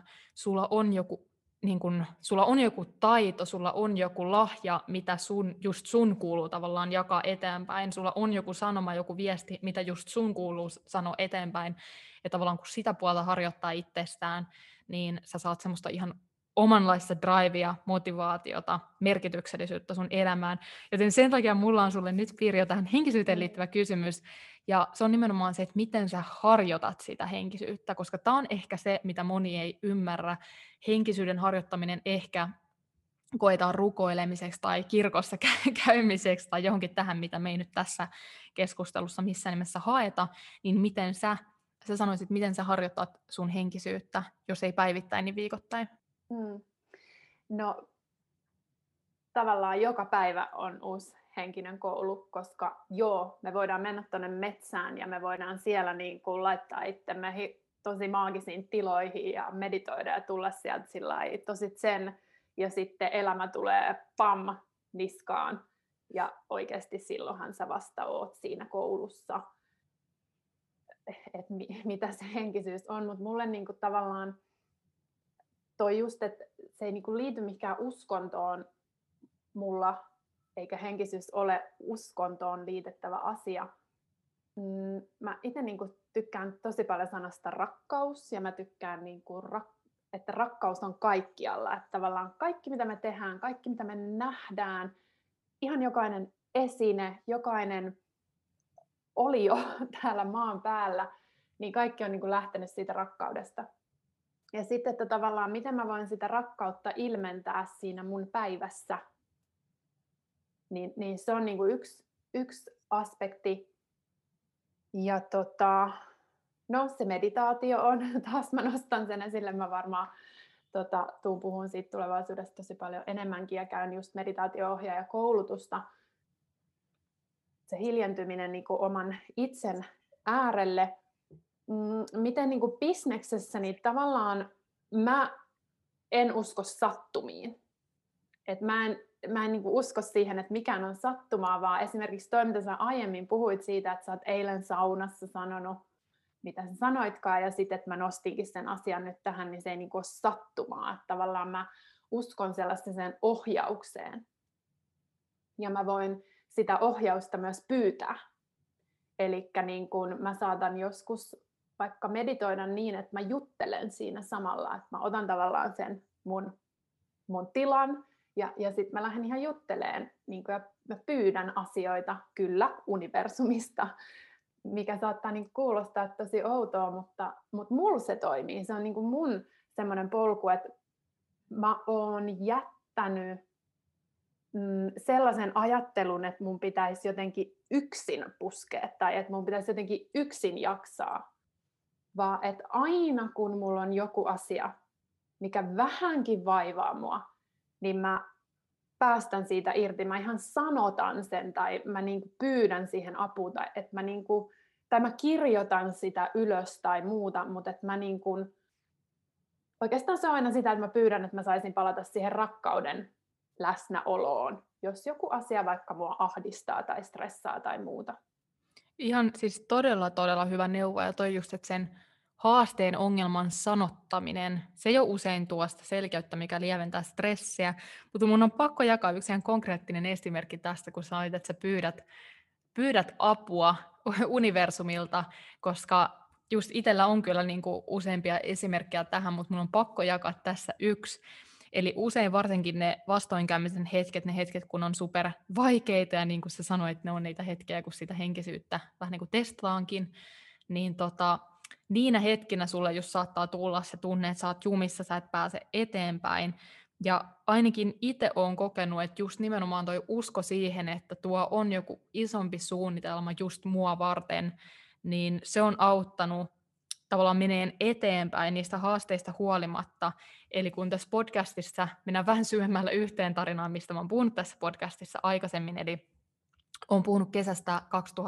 sulla on joku taito, sulla on joku lahja, mitä just sun kuuluu tavallaan jakaa eteenpäin, sulla on joku sanoma, joku viesti, mitä just sun kuuluu sanoa eteenpäin, ja tavallaan kun sitä puolta harjoittaa itsestään, niin sä saat semmoista ihan omanlaista drivea, motivaatiota, merkityksellisyyttä sun elämään. Joten sen takia mulla on sulle nyt, Pirjo, tähän henkisyyteen liittyvä kysymys, ja se on nimenomaan se, että miten sä harjoitat sitä henkisyyttä, koska tämä on ehkä se, mitä moni ei ymmärrä. Henkisyyden harjoittaminen ehkä koetaan rukoilemiseksi tai kirkossa käymiseksi tai johonkin tähän, mitä me ei nyt tässä keskustelussa missään nimessä haeta, niin miten sä sanoisit, miten sä harjoitat sun henkisyyttä, jos ei päivittäin, niin viikoittain? No, tavallaan joka päivä on uusi henkinen koulu, koska me voidaan mennä tuonne metsään ja me voidaan siellä niin kuin laittaa itsemme tosi maagisiin tiloihin ja meditoida ja tulla sieltä tosi zen, ja sitten elämä tulee pam niskaan, ja oikeasti silloinhan sä vasta oot siinä koulussa, että mitä se henkisyys on, mutta mulle niin kuin tavallaan toi just, että se ei niin kuin liity mihinkään uskontoon mulla, eikä henkisyys ole uskontoon liitettävä asia. Mä itse niin kuin tykkään tosi paljon sanasta rakkaus, ja mä tykkään, niin kuin että rakkaus on kaikkialla. Että tavallaan kaikki, mitä me tehdään, kaikki, mitä me nähdään, ihan jokainen esine, jokainen olio täällä maan päällä, niin kaikki on niin kuin lähtenyt siitä rakkaudesta. Ja sitten, että tavallaan miten mä voin sitä rakkautta ilmentää siinä mun päivässä, niin se on niin kuin yksi aspekti. Ja se meditaatio on, taas mä nostan sen esille, mä varmaan tuun puhun siitä tulevaisuudessa tosi paljon enemmänkin, ja käyn just meditaatio-ohjaajakoulutusta. Se hiljentyminen niin kuin oman itsen äärelle. Miten niin kuin bisneksessä, niin tavallaan mä en usko sattumiin. Et mä en niin kuin usko siihen, että mikään on sattumaa, vaan esimerkiksi toi, mitä sä aiemmin puhuit siitä, että sä oot eilen saunassa sanonut, mitä sä sanoitkaan, ja sitten, että mä nostinkin sen asian nyt tähän, niin se ei niin kuin ole sattumaa. Että tavallaan mä uskon sellaiseen ohjaukseen. Ja mä voin sitä ohjausta myös pyytää. Elikkä niin kun mä saatan joskus vaikka meditoida niin, että mä juttelen siinä samalla, että mä otan tavallaan sen mun tilan, ja sitten mä lähden ihan jutteleen, niin kun, ja mä pyydän asioita, kyllä, universumista, mikä saattaa niin kuulostaa tosi outoa, mutta mulla se toimii. Se on niin kuin mun semmoinen polku, että mä oon jättänyt sellaisen ajattelun, että mun pitäisi jotenkin yksin puskea tai että mun pitäisi jotenkin yksin jaksaa, vaan että aina kun mulla on joku asia, mikä vähänkin vaivaa mua, niin mä päästän siitä irti. Mä ihan sanotan sen tai mä niinku pyydän siihen apua tai että tai mä kirjoitan sitä ylös tai muuta, mutta että mä oikeastaan se on aina sitä, että mä pyydän, että mä saisin palata siihen rakkauden läsnäoloon, jos joku asia vaikka mua ahdistaa tai stressaa tai muuta. Ihan siis todella, todella hyvä neuvo, ja toi just, että sen haasteen ongelman sanottaminen, se jo usein tuo sitä selkeyttä, mikä lieventää stressiä, mutta mun on pakko jakaa yksi ihan konkreettinen esimerkki tästä, kun sanoit, että sä pyydät apua universumilta, koska just itsellä on kyllä niin kuin useampia esimerkkejä tähän, mutta mun on pakko jakaa tässä yksi. Eli usein varsinkin ne vastoinkäymisen hetket, ne hetket, kun on super vaikeita, ja niin kuin sä sanoit, ne on niitä hetkiä, kun sitä henkisyyttä vähän niin kuin testataankin, niin niinä hetkinä sulle just saattaa tulla se tunne, että sä oot jumissa, sä et pääse eteenpäin. Ja ainakin itse olen kokenut, että just nimenomaan toi usko siihen, että tuo on joku isompi suunnitelma just mua varten, niin se on auttanut tavallaan meneen eteenpäin niistä haasteista huolimatta. Eli kun tässä podcastissa mennään vähän syvemmällä yhteen tarinaan, mistä mä oon puhunut tässä podcastissa aikaisemmin, eli olen puhunut kesästä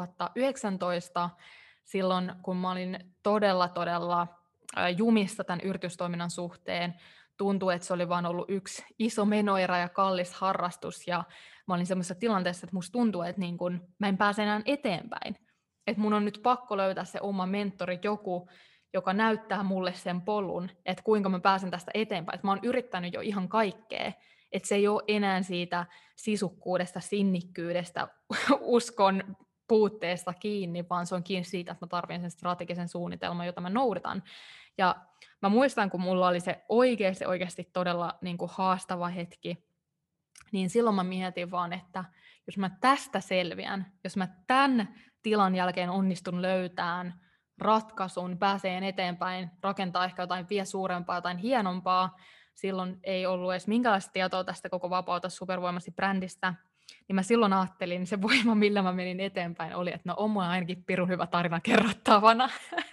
2019, silloin kun mä olin todella jumissa tämän yritystoiminnan suhteen. Tuntui, että se oli vaan ollut yksi iso menoerä ja kallis harrastus, ja mä olin semmoisessa tilanteessa, että musta tuntuu, että niin kun mä en pääse enää eteenpäin. Että mun on nyt pakko löytää se oma mentori, joku, joka näyttää mulle sen polun, että kuinka mä pääsen tästä eteenpäin. Että mä oon yrittänyt jo ihan kaikkea, että se ei ole enää siitä sisukkuudesta, sinnikkyydestä, uskon puutteesta kiinni, vaan se on kiinni siitä, että mä tarvitsen sen strategisen suunnitelman, jota mä noudatan. Ja mä muistan, kun mulla oli se oikeasti todella niin kuin haastava hetki, niin silloin mä mietin vaan, että jos mä tästä selviän, jos mä tämän tilan jälkeen onnistun löytämään ratkaisun, pääseen eteenpäin, rakentaa ehkä jotain vielä suurempaa, jotain hienompaa, silloin ei ollut edes minkälaista tietoa tästä koko Vapauta supervoimasi brändistä, niin mä silloin ajattelin, se voima, millä mä menin eteenpäin, oli, että no on mulla ainakin pirun hyvä tarina kerrottavana.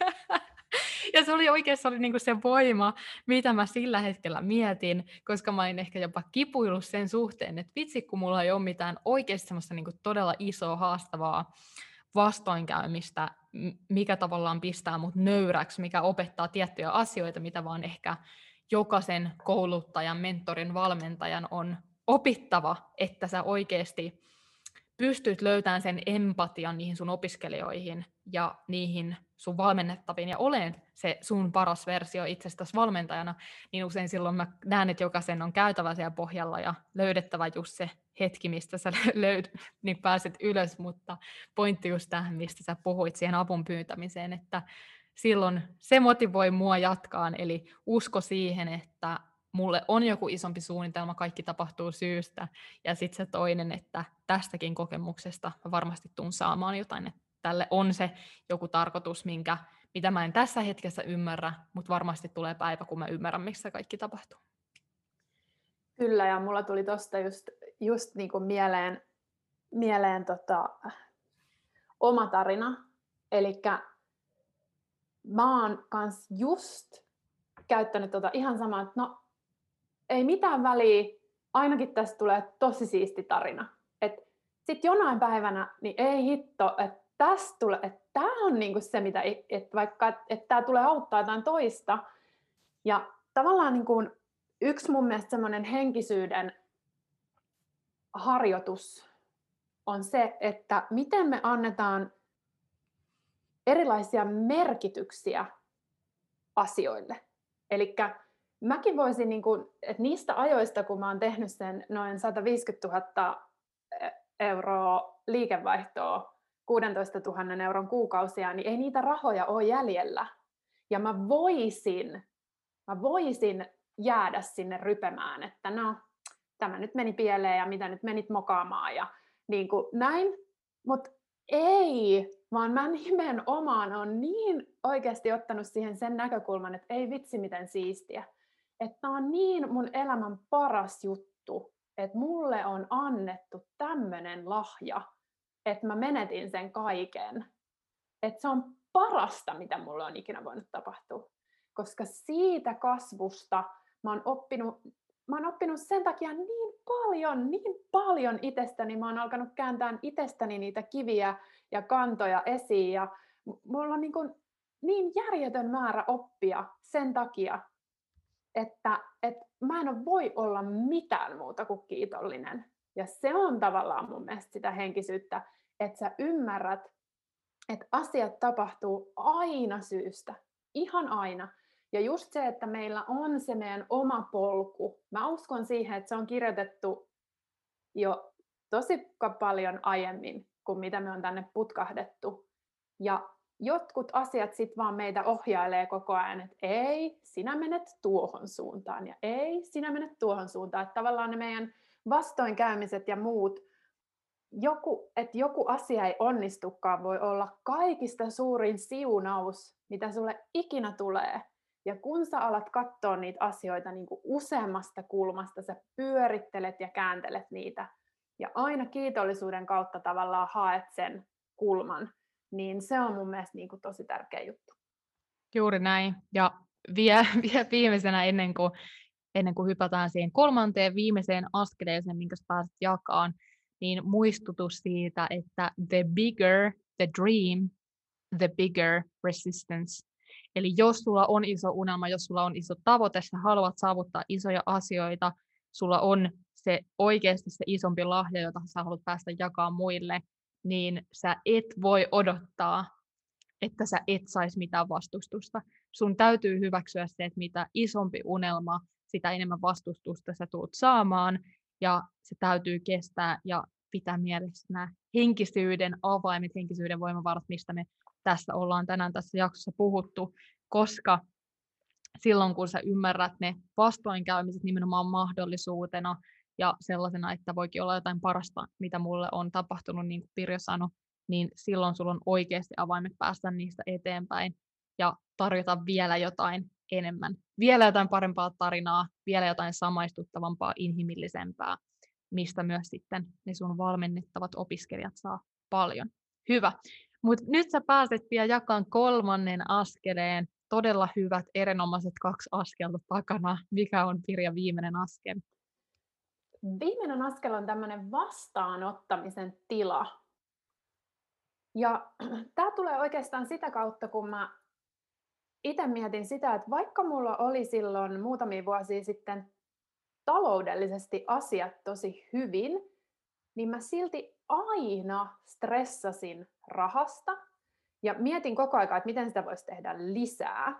Ja se oli oikeasti niinku se voima, mitä mä sillä hetkellä mietin, koska mä olin ehkä jopa kipuillut sen suhteen, että vitsi, kun mulla ei ole mitään oikeasti semmoista niinku todella isoa, haastavaa vastoinkäymistä, mikä tavallaan pistää mut nöyräksi, mikä opettaa tiettyjä asioita, mitä vaan ehkä jokaisen kouluttajan, mentorin, valmentajan on opittava, että sä oikeasti pystyt löytämään sen empatian niihin sun opiskelijoihin ja niihin sun valmennettaviin ja olen se sun paras versio itsestäsi valmentajana, niin usein silloin mä näen, että jokaisen on käytävä siellä pohjalla ja löydettävä just se hetki, mistä sä niin pääset ylös, mutta pointti just tähän, mistä sä puhuit siihen avun pyytämiseen, että silloin se motivoi mua jatkaan, eli usko siihen, että mulle on joku isompi suunnitelma, kaikki tapahtuu syystä, ja sitten se toinen, että tästäkin kokemuksesta mä varmasti tuun saamaan jotain, että tälle on se joku tarkoitus, mitä mä en tässä hetkessä ymmärrä, mutta varmasti tulee päivä, kun mä ymmärrän, missä kaikki tapahtuu. Kyllä, ja mulla tuli tuosta just niin kuin mieleen oma tarina, eli mä oon kans just käyttänyt ihan samaa, että no ei mitään väliä, ainakin tästä tulee tosi siisti tarina. Sitten jonain päivänä, niin ei hitto, että tästä tulee, että tämä on niinku se, mitä, että vaikka että tämä tulee auttaa jotain toista. Ja tavallaan niinku yksi mun mielestä semmoinen henkisyyden harjoitus on se, että miten me annetaan erilaisia merkityksiä asioille. Elikkä mäkin voisin, että niistä ajoista, kun mä oon tehnyt sen noin 150 000 euroa liikevaihtoa, 16 000 euron kuukausia, niin ei niitä rahoja ole jäljellä. Ja mä voisin jäädä sinne rypemään, että no, tämä nyt meni pieleen ja mitä nyt menit mokaamaan ja niin kuin näin. Mutta ei, vaan mä nimenomaan on niin oikeasti ottanut siihen sen näkökulman, että ei vitsi miten siistiä. Että on niin mun elämän paras juttu, että mulle on annettu tämmöinen lahja, että mä menetin sen kaiken. Että se on parasta, mitä mulle on ikinä voinut tapahtua. Koska siitä kasvusta mä oon oppinut sen takia niin paljon itsestäni. Mä oon alkanut kääntää itsestäni niitä kiviä ja kantoja esiin. Ja mulla on niin järjetön määrä oppia sen takia, että mä en voi olla mitään muuta kuin kiitollinen. Ja se on tavallaan mun mielestä sitä henkisyyttä, että sä ymmärrät, että asiat tapahtuu aina syystä. Ihan aina. Ja just se, että meillä on se meidän oma polku. Mä uskon siihen, että se on kirjoitettu jo tosi paljon aiemmin kuin mitä me on tänne putkahdettu. Ja jotkut asiat sit vaan meitä ohjailee koko ajan, että ei, sinä menet tuohon suuntaan ja ei, sinä menet tuohon suuntaan. Että tavallaan ne meidän vastoinkäymiset ja muut, joku asia ei onnistukaan, voi olla kaikista suurin siunaus, mitä sulle ikinä tulee. Ja kun sä alat katsoa niitä asioita niin kuin useammasta kulmasta, sä pyörittelet ja kääntelet niitä, ja aina kiitollisuuden kautta tavallaan haet sen kulman, niin se on mun mielestä niin kuin tosi tärkeä juttu. Juuri näin. Ja vielä viimeisenä, ennen kuin hypätään siihen kolmanteen viimeiseen askeleeseen, minkä sä pääset jakaan, niin muistutus siitä, että the bigger the dream, the bigger resistance. Eli jos sulla on iso unelma, jos sulla on iso tavoite, sä haluat saavuttaa isoja asioita, sulla on se oikeasti se isompi lahja, jota sä haluat päästä jakaa muille, niin sä et voi odottaa, että sä et saisi mitään vastustusta. Sun täytyy hyväksyä se, että mitä isompi unelma, sitä enemmän vastustusta sä tulet saamaan, ja se täytyy kestää ja pitää mielessä nämä henkisyyden avaimet, henkisyyden voimavarat, mistä me tässä ollaan tänään tässä jaksossa puhuttu, koska silloin kun sä ymmärrät ne vastoinkäymiset nimenomaan mahdollisuutena ja sellaisena, että voikin olla jotain parasta, mitä mulle on tapahtunut, niin kuin Pirjo sanoi, niin silloin sulla on oikeasti avaimet päästä niistä eteenpäin ja tarjota vielä jotain enemmän, vielä jotain parempaa tarinaa, vielä jotain samaistuttavampaa, inhimillisempää, mistä myös sitten ne sun valmennettavat opiskelijat saa paljon. Hyvä. Mutta nyt sä pääset vielä jakamaan kolmannen askeleen. Todella hyvät, erinomaiset 2 askelta takana. Mikä on, Pirja, viimeinen askel? Viimeinen askel on tämmöinen vastaanottamisen tila. Ja tämä tulee oikeastaan sitä kautta, kun mä itse mietin sitä, että vaikka mulla oli silloin muutamia vuosia sitten taloudellisesti asiat tosi hyvin, niin mä silti aina stressasin rahasta ja mietin koko ajan, että miten sitä voisi tehdä lisää.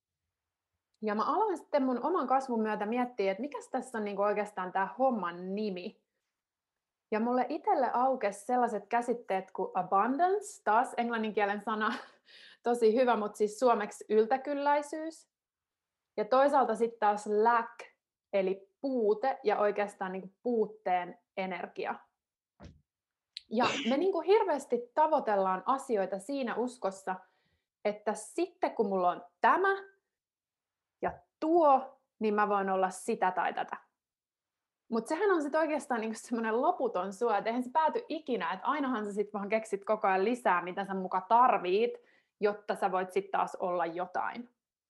Ja mä aloin sitten mun oman kasvun myötä miettiä, että mikäs tässä on niinku oikeastaan tämä homman nimi. Ja mulle itselle aukesi sellaiset käsitteet kuin abundance, taas englanninkielen sana, tosi hyvä, mutta siis suomeksi yltäkylläisyys. Ja toisaalta sitten taas lack, eli puute ja oikeastaan niinku puutteen energia. Ja me niinku hirveästi tavoitellaan asioita siinä uskossa, että sitten kun mulla on tämä ja tuo, niin mä voin olla sitä tai tätä. Mutta sehän on sitten oikeastaan niinku semmoinen loputon suo, että eihän se pääty ikinä, että ainahan sä sitten vaan keksit koko ajan lisää, mitä sä muka tarvit, jotta sä voit sitten taas olla jotain.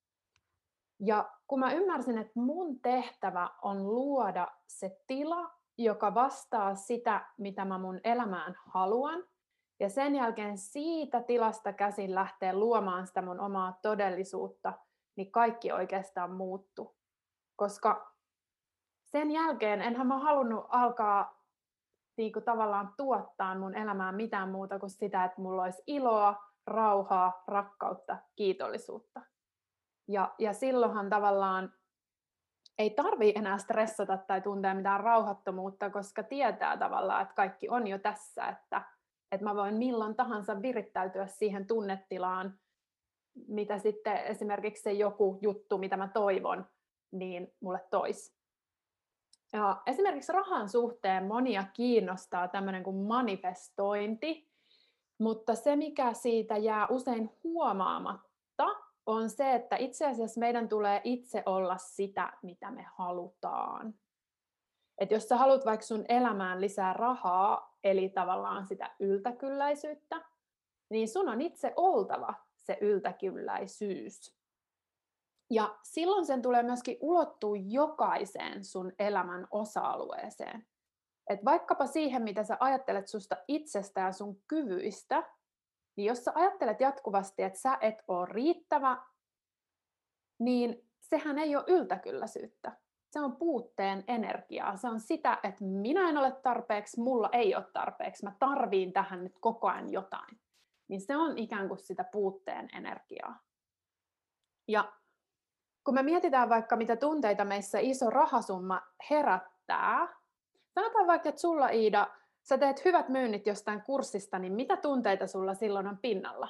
Ja kun mä ymmärsin, että mun tehtävä on luoda se tila, joka vastaa sitä, mitä mä mun elämään haluan, ja sen jälkeen siitä tilasta käsin lähtee luomaan sitä mun omaa todellisuutta, niin kaikki oikeastaan muuttuu. Koska sen jälkeen enhän mä halunnut alkaa niinku tavallaan tuottaa mun elämään mitään muuta kuin sitä, että mulla olisi iloa, rauhaa, rakkautta, kiitollisuutta. Ja silloinhan tavallaan ei tarvitse enää stressata tai tuntea mitään rauhattomuutta, koska tietää tavallaan, että kaikki on jo tässä, että mä voin milloin tahansa virittäytyä siihen tunnetilaan, mitä sitten esimerkiksi se joku juttu, mitä mä toivon, niin mulle toisi. Ja esimerkiksi rahan suhteen monia kiinnostaa tämmöinen kuin manifestointi, mutta se, mikä siitä jää usein huomaamatta, on se, että itse asiassa meidän tulee itse olla sitä, mitä me halutaan. Että jos sä haluat vaikka sun elämään lisää rahaa, eli tavallaan sitä yltäkylläisyyttä, niin sun on itse oltava se yltäkylläisyys. Ja silloin sen tulee myöskin ulottua jokaiseen sun elämän osa-alueeseen. Et vaikkapa siihen, mitä sä ajattelet susta itsestään, sun kyvyistä, niin jos sä ajattelet jatkuvasti, että sä et ole riittävä, niin sehän ei ole yltäkylläisyyttä. Se on puutteen energiaa. Se on sitä, että minä en ole tarpeeksi, mulla ei ole tarpeeksi, mä tarviin tähän nyt koko ajan jotain. Niin se on ikään kuin sitä puutteen energiaa. Ja kun me mietitään vaikka, mitä tunteita meissä iso rahasumma herättää, sanotaan vaikka, että sulla, Iida, sä teet hyvät myynnit jostain kurssista, niin mitä tunteita sulla silloin on pinnalla?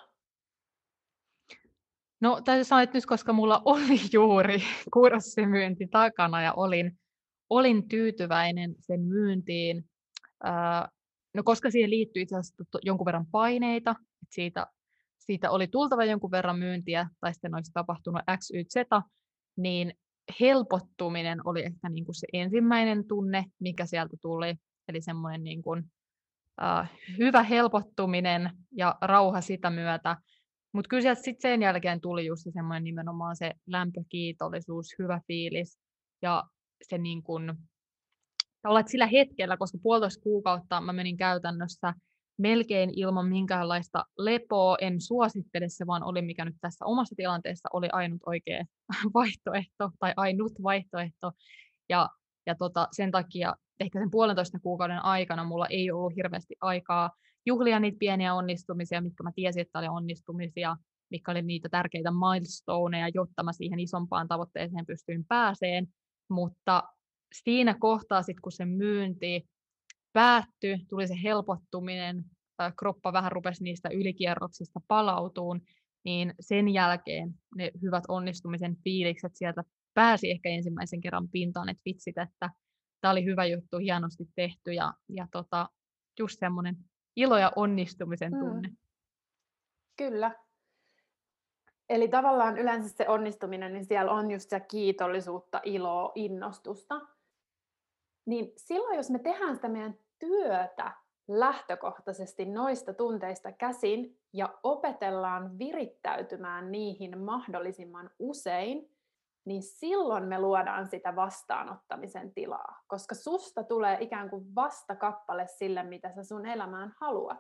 No täytyy sanoa, että nyt koska mulla oli juuri kurssimyynti takana ja olin tyytyväinen sen myyntiin, no koska siihen liittyy itse asiassa jonkun verran paineita, että siitä oli tultava jonkun verran myyntiä tai sitten olisi tapahtunut X, Y, Z, niin helpottuminen oli ehkä niin kuin se ensimmäinen tunne, mikä sieltä tuli, eli semmoinen niin kuin, hyvä helpottuminen ja rauha sitä myötä. Mutta kyllä sieltä sitten sen jälkeen tuli just semmoinen nimenomaan se lämpökiitollisuus, hyvä fiilis ja se niin kuin, että sillä hetkellä, koska 1,5 kuukautta mä menin käytännössä melkein ilman minkäänlaista lepoa, en suosittele se, vaan oli mikä nyt tässä omassa tilanteessa oli ainut oikea vaihtoehto tai ainut vaihtoehto. Ja sen takia ehkä sen 1,5 kuukauden aikana mulla ei ollut hirveästi aikaa juhlia niitä pieniä onnistumisia, mitkä mä tiesin, että oli onnistumisia, mitkä oli niitä tärkeitä milestoneja, jotta mä siihen isompaan tavoitteeseen pystyin pääseen. Mutta siinä kohtaa, sit, kun se myynti päättyi, tuli se helpottuminen, kroppa vähän rupesi niistä ylikierroksista palautumaan, niin sen jälkeen ne hyvät onnistumisen fiilikset sieltä pääsi ehkä ensimmäisen kerran pintaan, että vitsit, että tämä oli hyvä juttu, hienosti tehty ja just semmoinen ilo ja onnistumisen tunne. Kyllä. Eli tavallaan yleensä se onnistuminen, niin siellä on just se kiitollisuutta, iloa, innostusta. Niin silloin, jos me tehdään sitä meidän työtä lähtökohtaisesti noista tunteista käsin ja opetellaan virittäytymään niihin mahdollisimman usein, niin silloin me luodaan sitä vastaanottamisen tilaa, koska susta tulee ikään kuin vastakappale sille, mitä sä sun elämään haluat.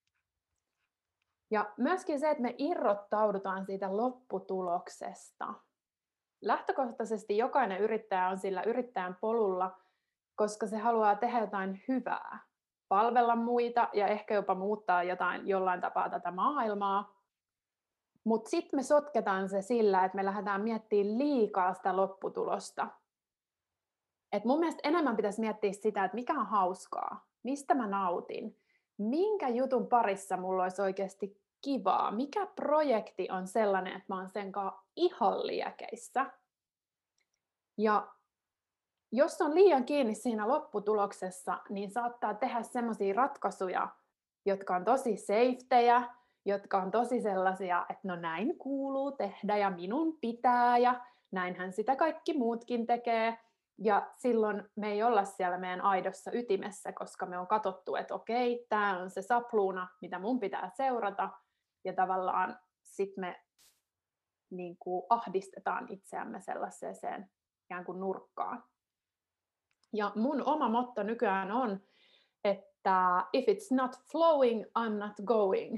Ja myöskin se, että me irrottaudutaan siitä lopputuloksesta. Lähtökohtaisesti jokainen yrittäjä on sillä yrittäjän polulla, koska se haluaa tehdä jotain hyvää, palvella muita ja ehkä jopa muuttaa jollain tapaa tätä maailmaa. Mutta sitten me sotketaan se sillä, että me lähdetään miettimään liikaa sitä lopputulosta. Et mun mielestä enemmän pitäisi miettiä sitä, että mikä on hauskaa, mistä mä nautin, minkä jutun parissa mulla olisi oikeasti kivaa, mikä projekti on sellainen, että mä oon sen kanssa ihan liekeissä. Ja jos on liian kiinni siinä lopputuloksessa, niin saattaa tehdä semmoisia ratkaisuja, jotka on tosi safetyjä, jotka on tosi sellaisia, että no näin kuuluu tehdä ja minun pitää ja näinhän sitä kaikki muutkin tekee. Ja silloin me ei olla siellä meidän aidossa ytimessä, koska me on katsottu, että okei, tämä on se sapluuna, mitä mun pitää seurata. Ja tavallaan sitten me niin kuin ahdistetaan itseämme sellaiseen ikään kuin nurkkaan. Ja mun oma motto nykyään on, että if it's not flowing, I'm not going.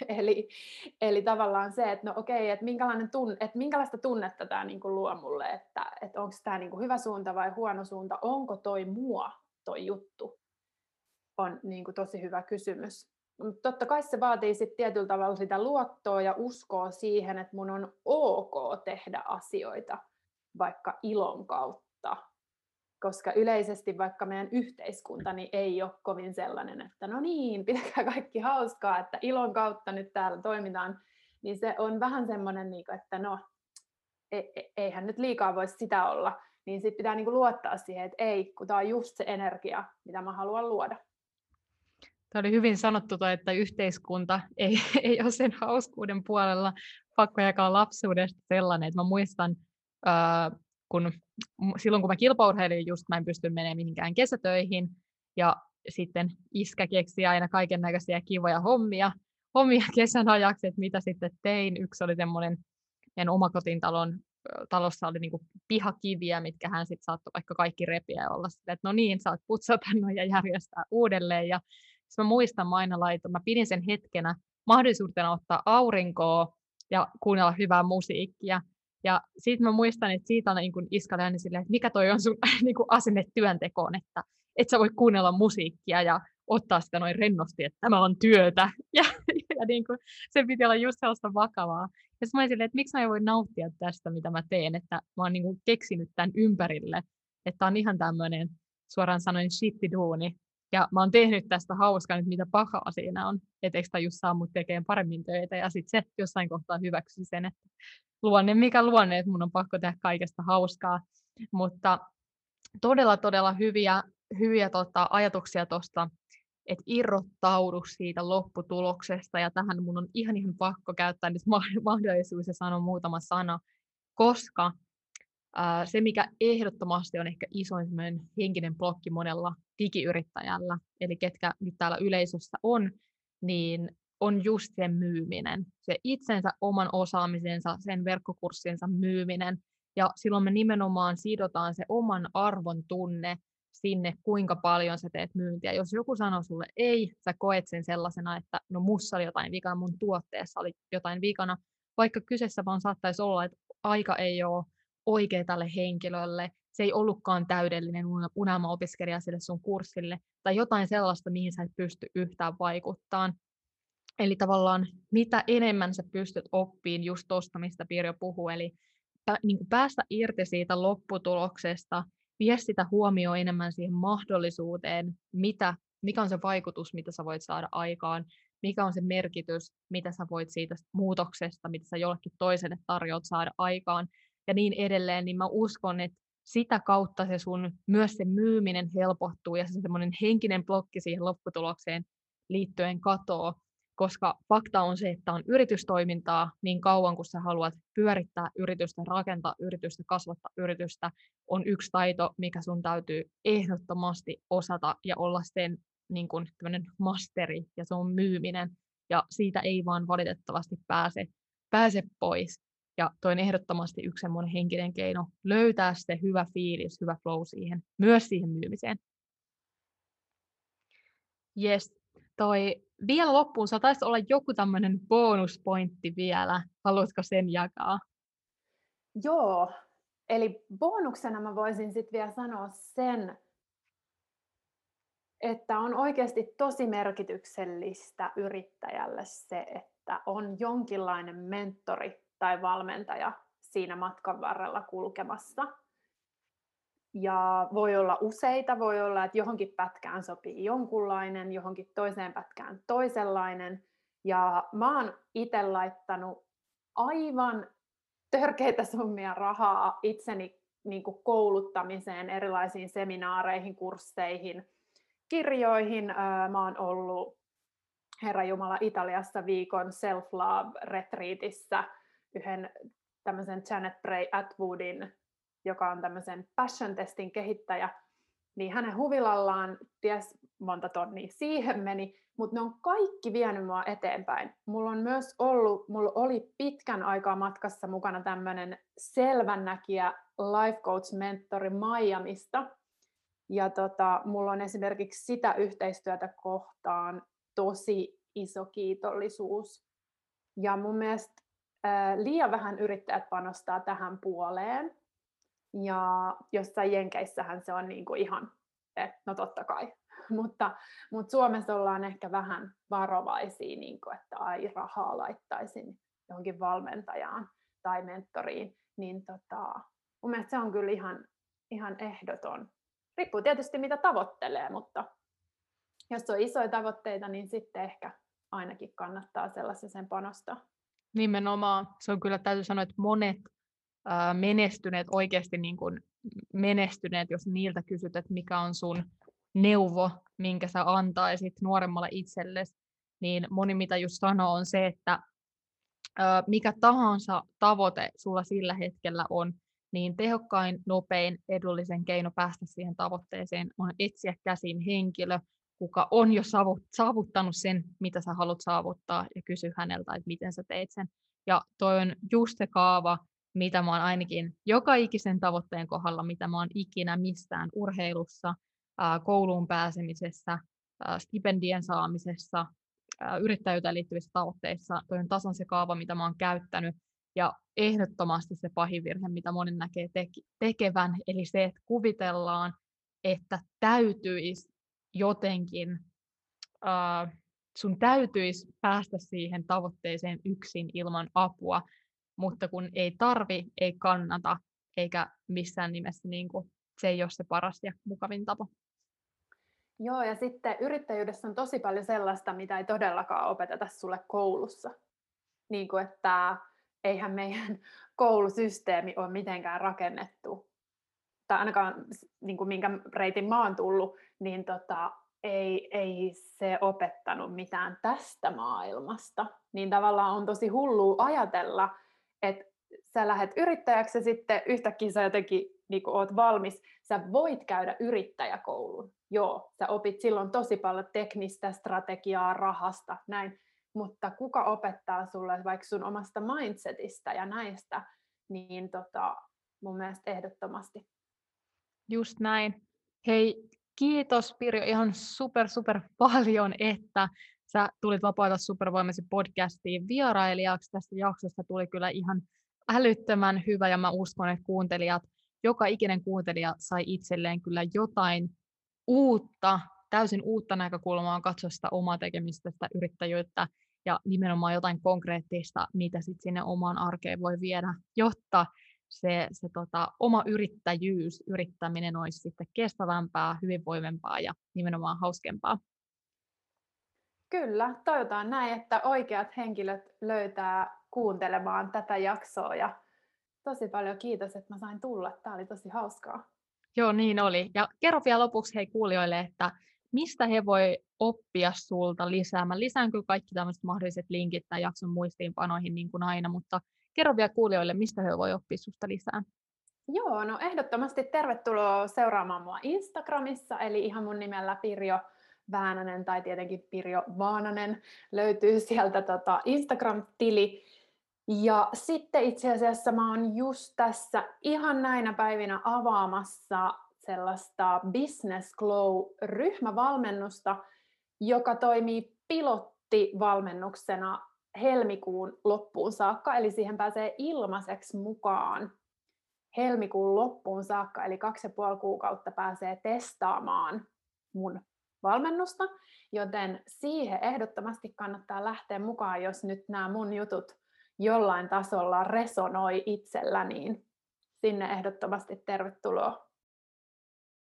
Eli tavallaan se, että no okei, että minkälaista tunnetta tämä niin kuin luo mulle, että onko tämä niin kuin hyvä suunta vai huono suunta, onko toi juttu, on niin kuin tosi hyvä kysymys. Mutta totta kai se vaatii sitten tietyllä tavalla sitä luottoa ja uskoa siihen, että mun on ok tehdä asioita vaikka ilon kautta. Koska yleisesti vaikka meidän yhteiskunta niin ei ole kovin sellainen, että no niin, pitäkää kaikki hauskaa, että ilon kautta nyt täällä toimitaan, niin se on vähän semmoinen, että no, eihän nyt liikaa voisi sitä olla, niin sitten pitää luottaa siihen, että ei, kun tämä on just se energia, mitä mä haluan luoda. Tämä oli hyvin sanottu, että yhteiskunta ei ole sen hauskuuden puolella. Pakko jakaa lapsuudesta sellainen, että mä muistan silloin kun mä kilpaurheilin just, mä en pysty menemään mihinkään kesätöihin, ja sitten iskä keksi aina kaiken näköisiä kivoja hommia kesän ajaksi, että mitä sitten tein. Yksi oli semmoinen, meidän talossa oli niinku pihakiviä, mitkä hän sitten saattoi vaikka kaikki repiä ja olla silleen, että no niin, saat putsata noin ja järjestää uudelleen. Ja mä muistan, mä pidin sen hetkenä mahdollisuutena ottaa aurinkoa ja kuunnella hyvää musiikkia. Ja sitten mä muistan, että siitä on niin iskalle aina silleen, että mikä toi on sun niin asenne työntekoon, että et sä voi kuunnella musiikkia ja ottaa sitä noin rennosti, että tämä on työtä. Ja niin kuin, se piti olla just sellaista vakavaa. Ja sitten mä olin silleen, että miksi mä en voi nauttia tästä, mitä mä teen, että mä oon niin kuin keksinyt tämän ympärille, että on ihan tämmöinen suoraan sanoen shitti-duuni. Ja mä oon tehnyt tästä hauskaa nyt, mitä pahaa siinä on. Että eikö just saa mut tekemään paremmin töitä. Ja sitten se jossain kohtaa hyväksy sen, että luonne mikä luonne, että mun on pakko tehdä kaikesta hauskaa. Mutta todella hyviä ajatuksia tuosta, että irrottaudu siitä lopputuloksesta. Ja tähän mun on ihan pakko käyttää nyt mahdollisuus ja sanoa muutama sana, koska se, mikä ehdottomasti on ehkä isoin henkinen blokki monella digiyrittäjällä, eli ketkä nyt täällä yleisössä on, niin on just sen myyminen. Se itsensä oman osaamisensa, sen verkkokurssinsa myyminen. Ja silloin me nimenomaan sidotaan se oman arvon tunne sinne, kuinka paljon sä teet myyntiä. Jos joku sanoo sulle ei, sä koet sen sellaisena, että no mussa oli jotain vikana, mun tuotteessa oli jotain vikana, vaikka kyseessä vaan saattaisi olla, että aika ei ole oikea tälle henkilölle, se ei ollutkaan täydellinen unelmaopiskelija sille sun kurssille, tai jotain sellaista, mihin sä et pysty yhtään vaikuttamaan. Eli tavallaan mitä enemmän sä pystyt oppimaan just tuosta, mistä Pirjo puhuu, eli niin kuin päästä irti siitä lopputuloksesta, vie sitä huomioon enemmän siihen mahdollisuuteen, mikä on se vaikutus, mitä sä voit saada aikaan, mikä on se merkitys, mitä sä voit siitä muutoksesta, mitä sä jollekin toiselle tarjoat saada aikaan, ja niin edelleen, niin mä uskon, että sitä kautta myös se myyminen helpottuu, ja se semmoinen henkinen blokki siihen lopputulokseen liittyen katoo, koska fakta on se, että on yritystoimintaa niin kauan, kun sä haluat pyörittää yritystä, rakentaa yritystä, kasvattaa yritystä, on yksi taito, mikä sun täytyy ehdottomasti osata ja olla sen niin kuin tämmöinen masteri, ja se on myyminen, ja siitä ei vaan valitettavasti pääse pois. Ja toi on ehdottomasti yksi semmoinen henkinen keino löytää se hyvä fiilis, hyvä flow myös siihen myymiseen. Yes. Vielä loppuun, taisi olla joku tämmöinen bonuspointti vielä. Haluatko sen jakaa? Joo, eli bonuksena mä voisin sitten vielä sanoa sen, että on oikeasti tosi merkityksellistä yrittäjälle se, että on jonkinlainen mentori tai valmentaja siinä matkan varrella kulkemassa. Ja voi olla useita, voi olla, että johonkin pätkään sopii jonkunlainen, johonkin toiseen pätkään toisenlainen. Ja mä oon itse laittanut aivan törkeitä summia rahaa itseni niin kuin kouluttamiseen, erilaisiin seminaareihin, kursseihin, kirjoihin. Mä oon ollut Herranjumala Italiassa viikon self-love-retriitissä yhden tämmöisen Janet Bray Atwoodin, joka on tämmöisen passion-testin kehittäjä, niin hänen huvilallaan ties monta tonnia siihen meni, mutta ne on kaikki vienyt mua eteenpäin. Mulla oli pitkän aikaa matkassa mukana tämmöinen selvännäkijä life coach-mentori Miamista, ja mulla on esimerkiksi sitä yhteistyötä kohtaan tosi iso kiitollisuus. Ja mun mielestä liian vähän yrittäjät panostaa tähän puoleen. Ja jossain Jenkeissähän se on niinku ihan, että no totta kai. Mutta Suomessa ollaan ehkä vähän varovaisia, niinku, että ai rahaa laittaisin johonkin valmentajaan tai mentoriin. Niin mun mielestä se on kyllä ihan ehdoton. Riippuu tietysti mitä tavoittelee, mutta jos on isoja tavoitteita, niin sitten ehkä ainakin kannattaa sellaisen panostaa. Nimenomaan. Se on kyllä, täytyy sanoa, että monet menestyneet, oikeasti niin kuin menestyneet, jos niiltä kysyt, että mikä on sun neuvo, minkä sä antaisit nuoremmalle itsellesi, niin moni mitä just sanoo on se, että mikä tahansa tavoite sulla sillä hetkellä on, niin tehokkain, nopein, edullisen keino päästä siihen tavoitteeseen on etsiä käsin henkilö, kuka on jo saavuttanut sen, mitä sä haluat saavuttaa, ja kysy häneltä, että miten sä teit sen. Ja toi on just se kaava, mitä mä oon ainakin joka ikisen tavoitteen kohdalla, mitä mä oon ikinä mistään urheilussa, kouluun pääsemisessä, stipendien saamisessa, yrittäjyyteen liittyvissä tavoitteissa. Toi on tasan se kaava, mitä mä oon käyttänyt. Ja ehdottomasti se pahin virhe, mitä moni näkee tekevän, eli se, että kuvitellaan, että täytyisi jotenkin, sun täytyisi päästä siihen tavoitteeseen yksin ilman apua, mutta kun ei tarvi, ei kannata, eikä missään nimessä niin kuin, se ei ole se paras ja mukavin tapa. Joo, ja sitten yrittäjyydessä on tosi paljon sellaista, mitä ei todellakaan opeteta sulle koulussa. Niin kuin, että eihän meidän koulusysteemi ole mitenkään rakennettu, tai ainakaan niin kuin minkä reitin mä oon tullut, niin ei se opettanut mitään tästä maailmasta. Niin tavallaan on tosi hullua ajatella, että sä lähdet yrittäjäksi ja sitten yhtäkkiä sä jotenkin niin kun oot valmis, sä voit käydä yrittäjäkoulun. Joo, sä opit silloin tosi paljon teknistä strategiaa, rahasta, näin. Mutta kuka opettaa sulle vaikka sun omasta mindsetistä ja näistä, niin mun mielestä ehdottomasti. Just näin. Hei, kiitos Pirjo ihan super paljon, että sä tulit Vapaata supervoimasi podcastiin vierailijaksi. Tästä jaksosta tuli kyllä ihan älyttömän hyvä, ja mä uskon, että joka ikinen kuuntelija sai itselleen kyllä jotain uutta, täysin uutta näkökulmaa katsoa sitä omaa tekemistä, sitä yrittäjyyttä, ja nimenomaan jotain konkreettista, mitä sitten sinne omaan arkeen voi viedä, jotta se oma yrittäjyys, yrittäminen olisi sitten kestävämpää, hyvinvoivempaa ja nimenomaan hauskempaa. Kyllä, toivotaan näin, että oikeat henkilöt löytää kuuntelemaan tätä jaksoa, ja tosi paljon kiitos, että mä sain tulla. Tämä oli tosi hauskaa. Joo, niin oli. Ja kerro vielä lopuksi hei kuulijoille, että mistä he voi oppia sulta lisää. Mä lisään kyllä kaikki tämmöiset mahdolliset linkit tämän jakson muistiinpanoihin niin kuin aina, mutta kerro vielä kuulijoille, mistä he voi oppia susta lisää. Joo, no ehdottomasti tervetuloa seuraamaan mua Instagramissa, eli ihan mun nimellä Pirjo Väänänen tai tietenkin Pirjo Vaananen löytyy sieltä Instagram-tili. Ja sitten itse asiassa mä oon just tässä ihan näinä päivinä avaamassa sellaista Business Glow-ryhmävalmennusta, joka toimii pilottivalmennuksena helmikuun loppuun saakka, eli siihen pääsee ilmaiseksi mukaan helmikuun loppuun saakka, eli 2,5 kuukautta pääsee testaamaan mun valmennusta, joten siihen ehdottomasti kannattaa lähteä mukaan, jos nyt nämä mun jutut jollain tasolla resonoi itsellä, niin sinne ehdottomasti tervetuloa.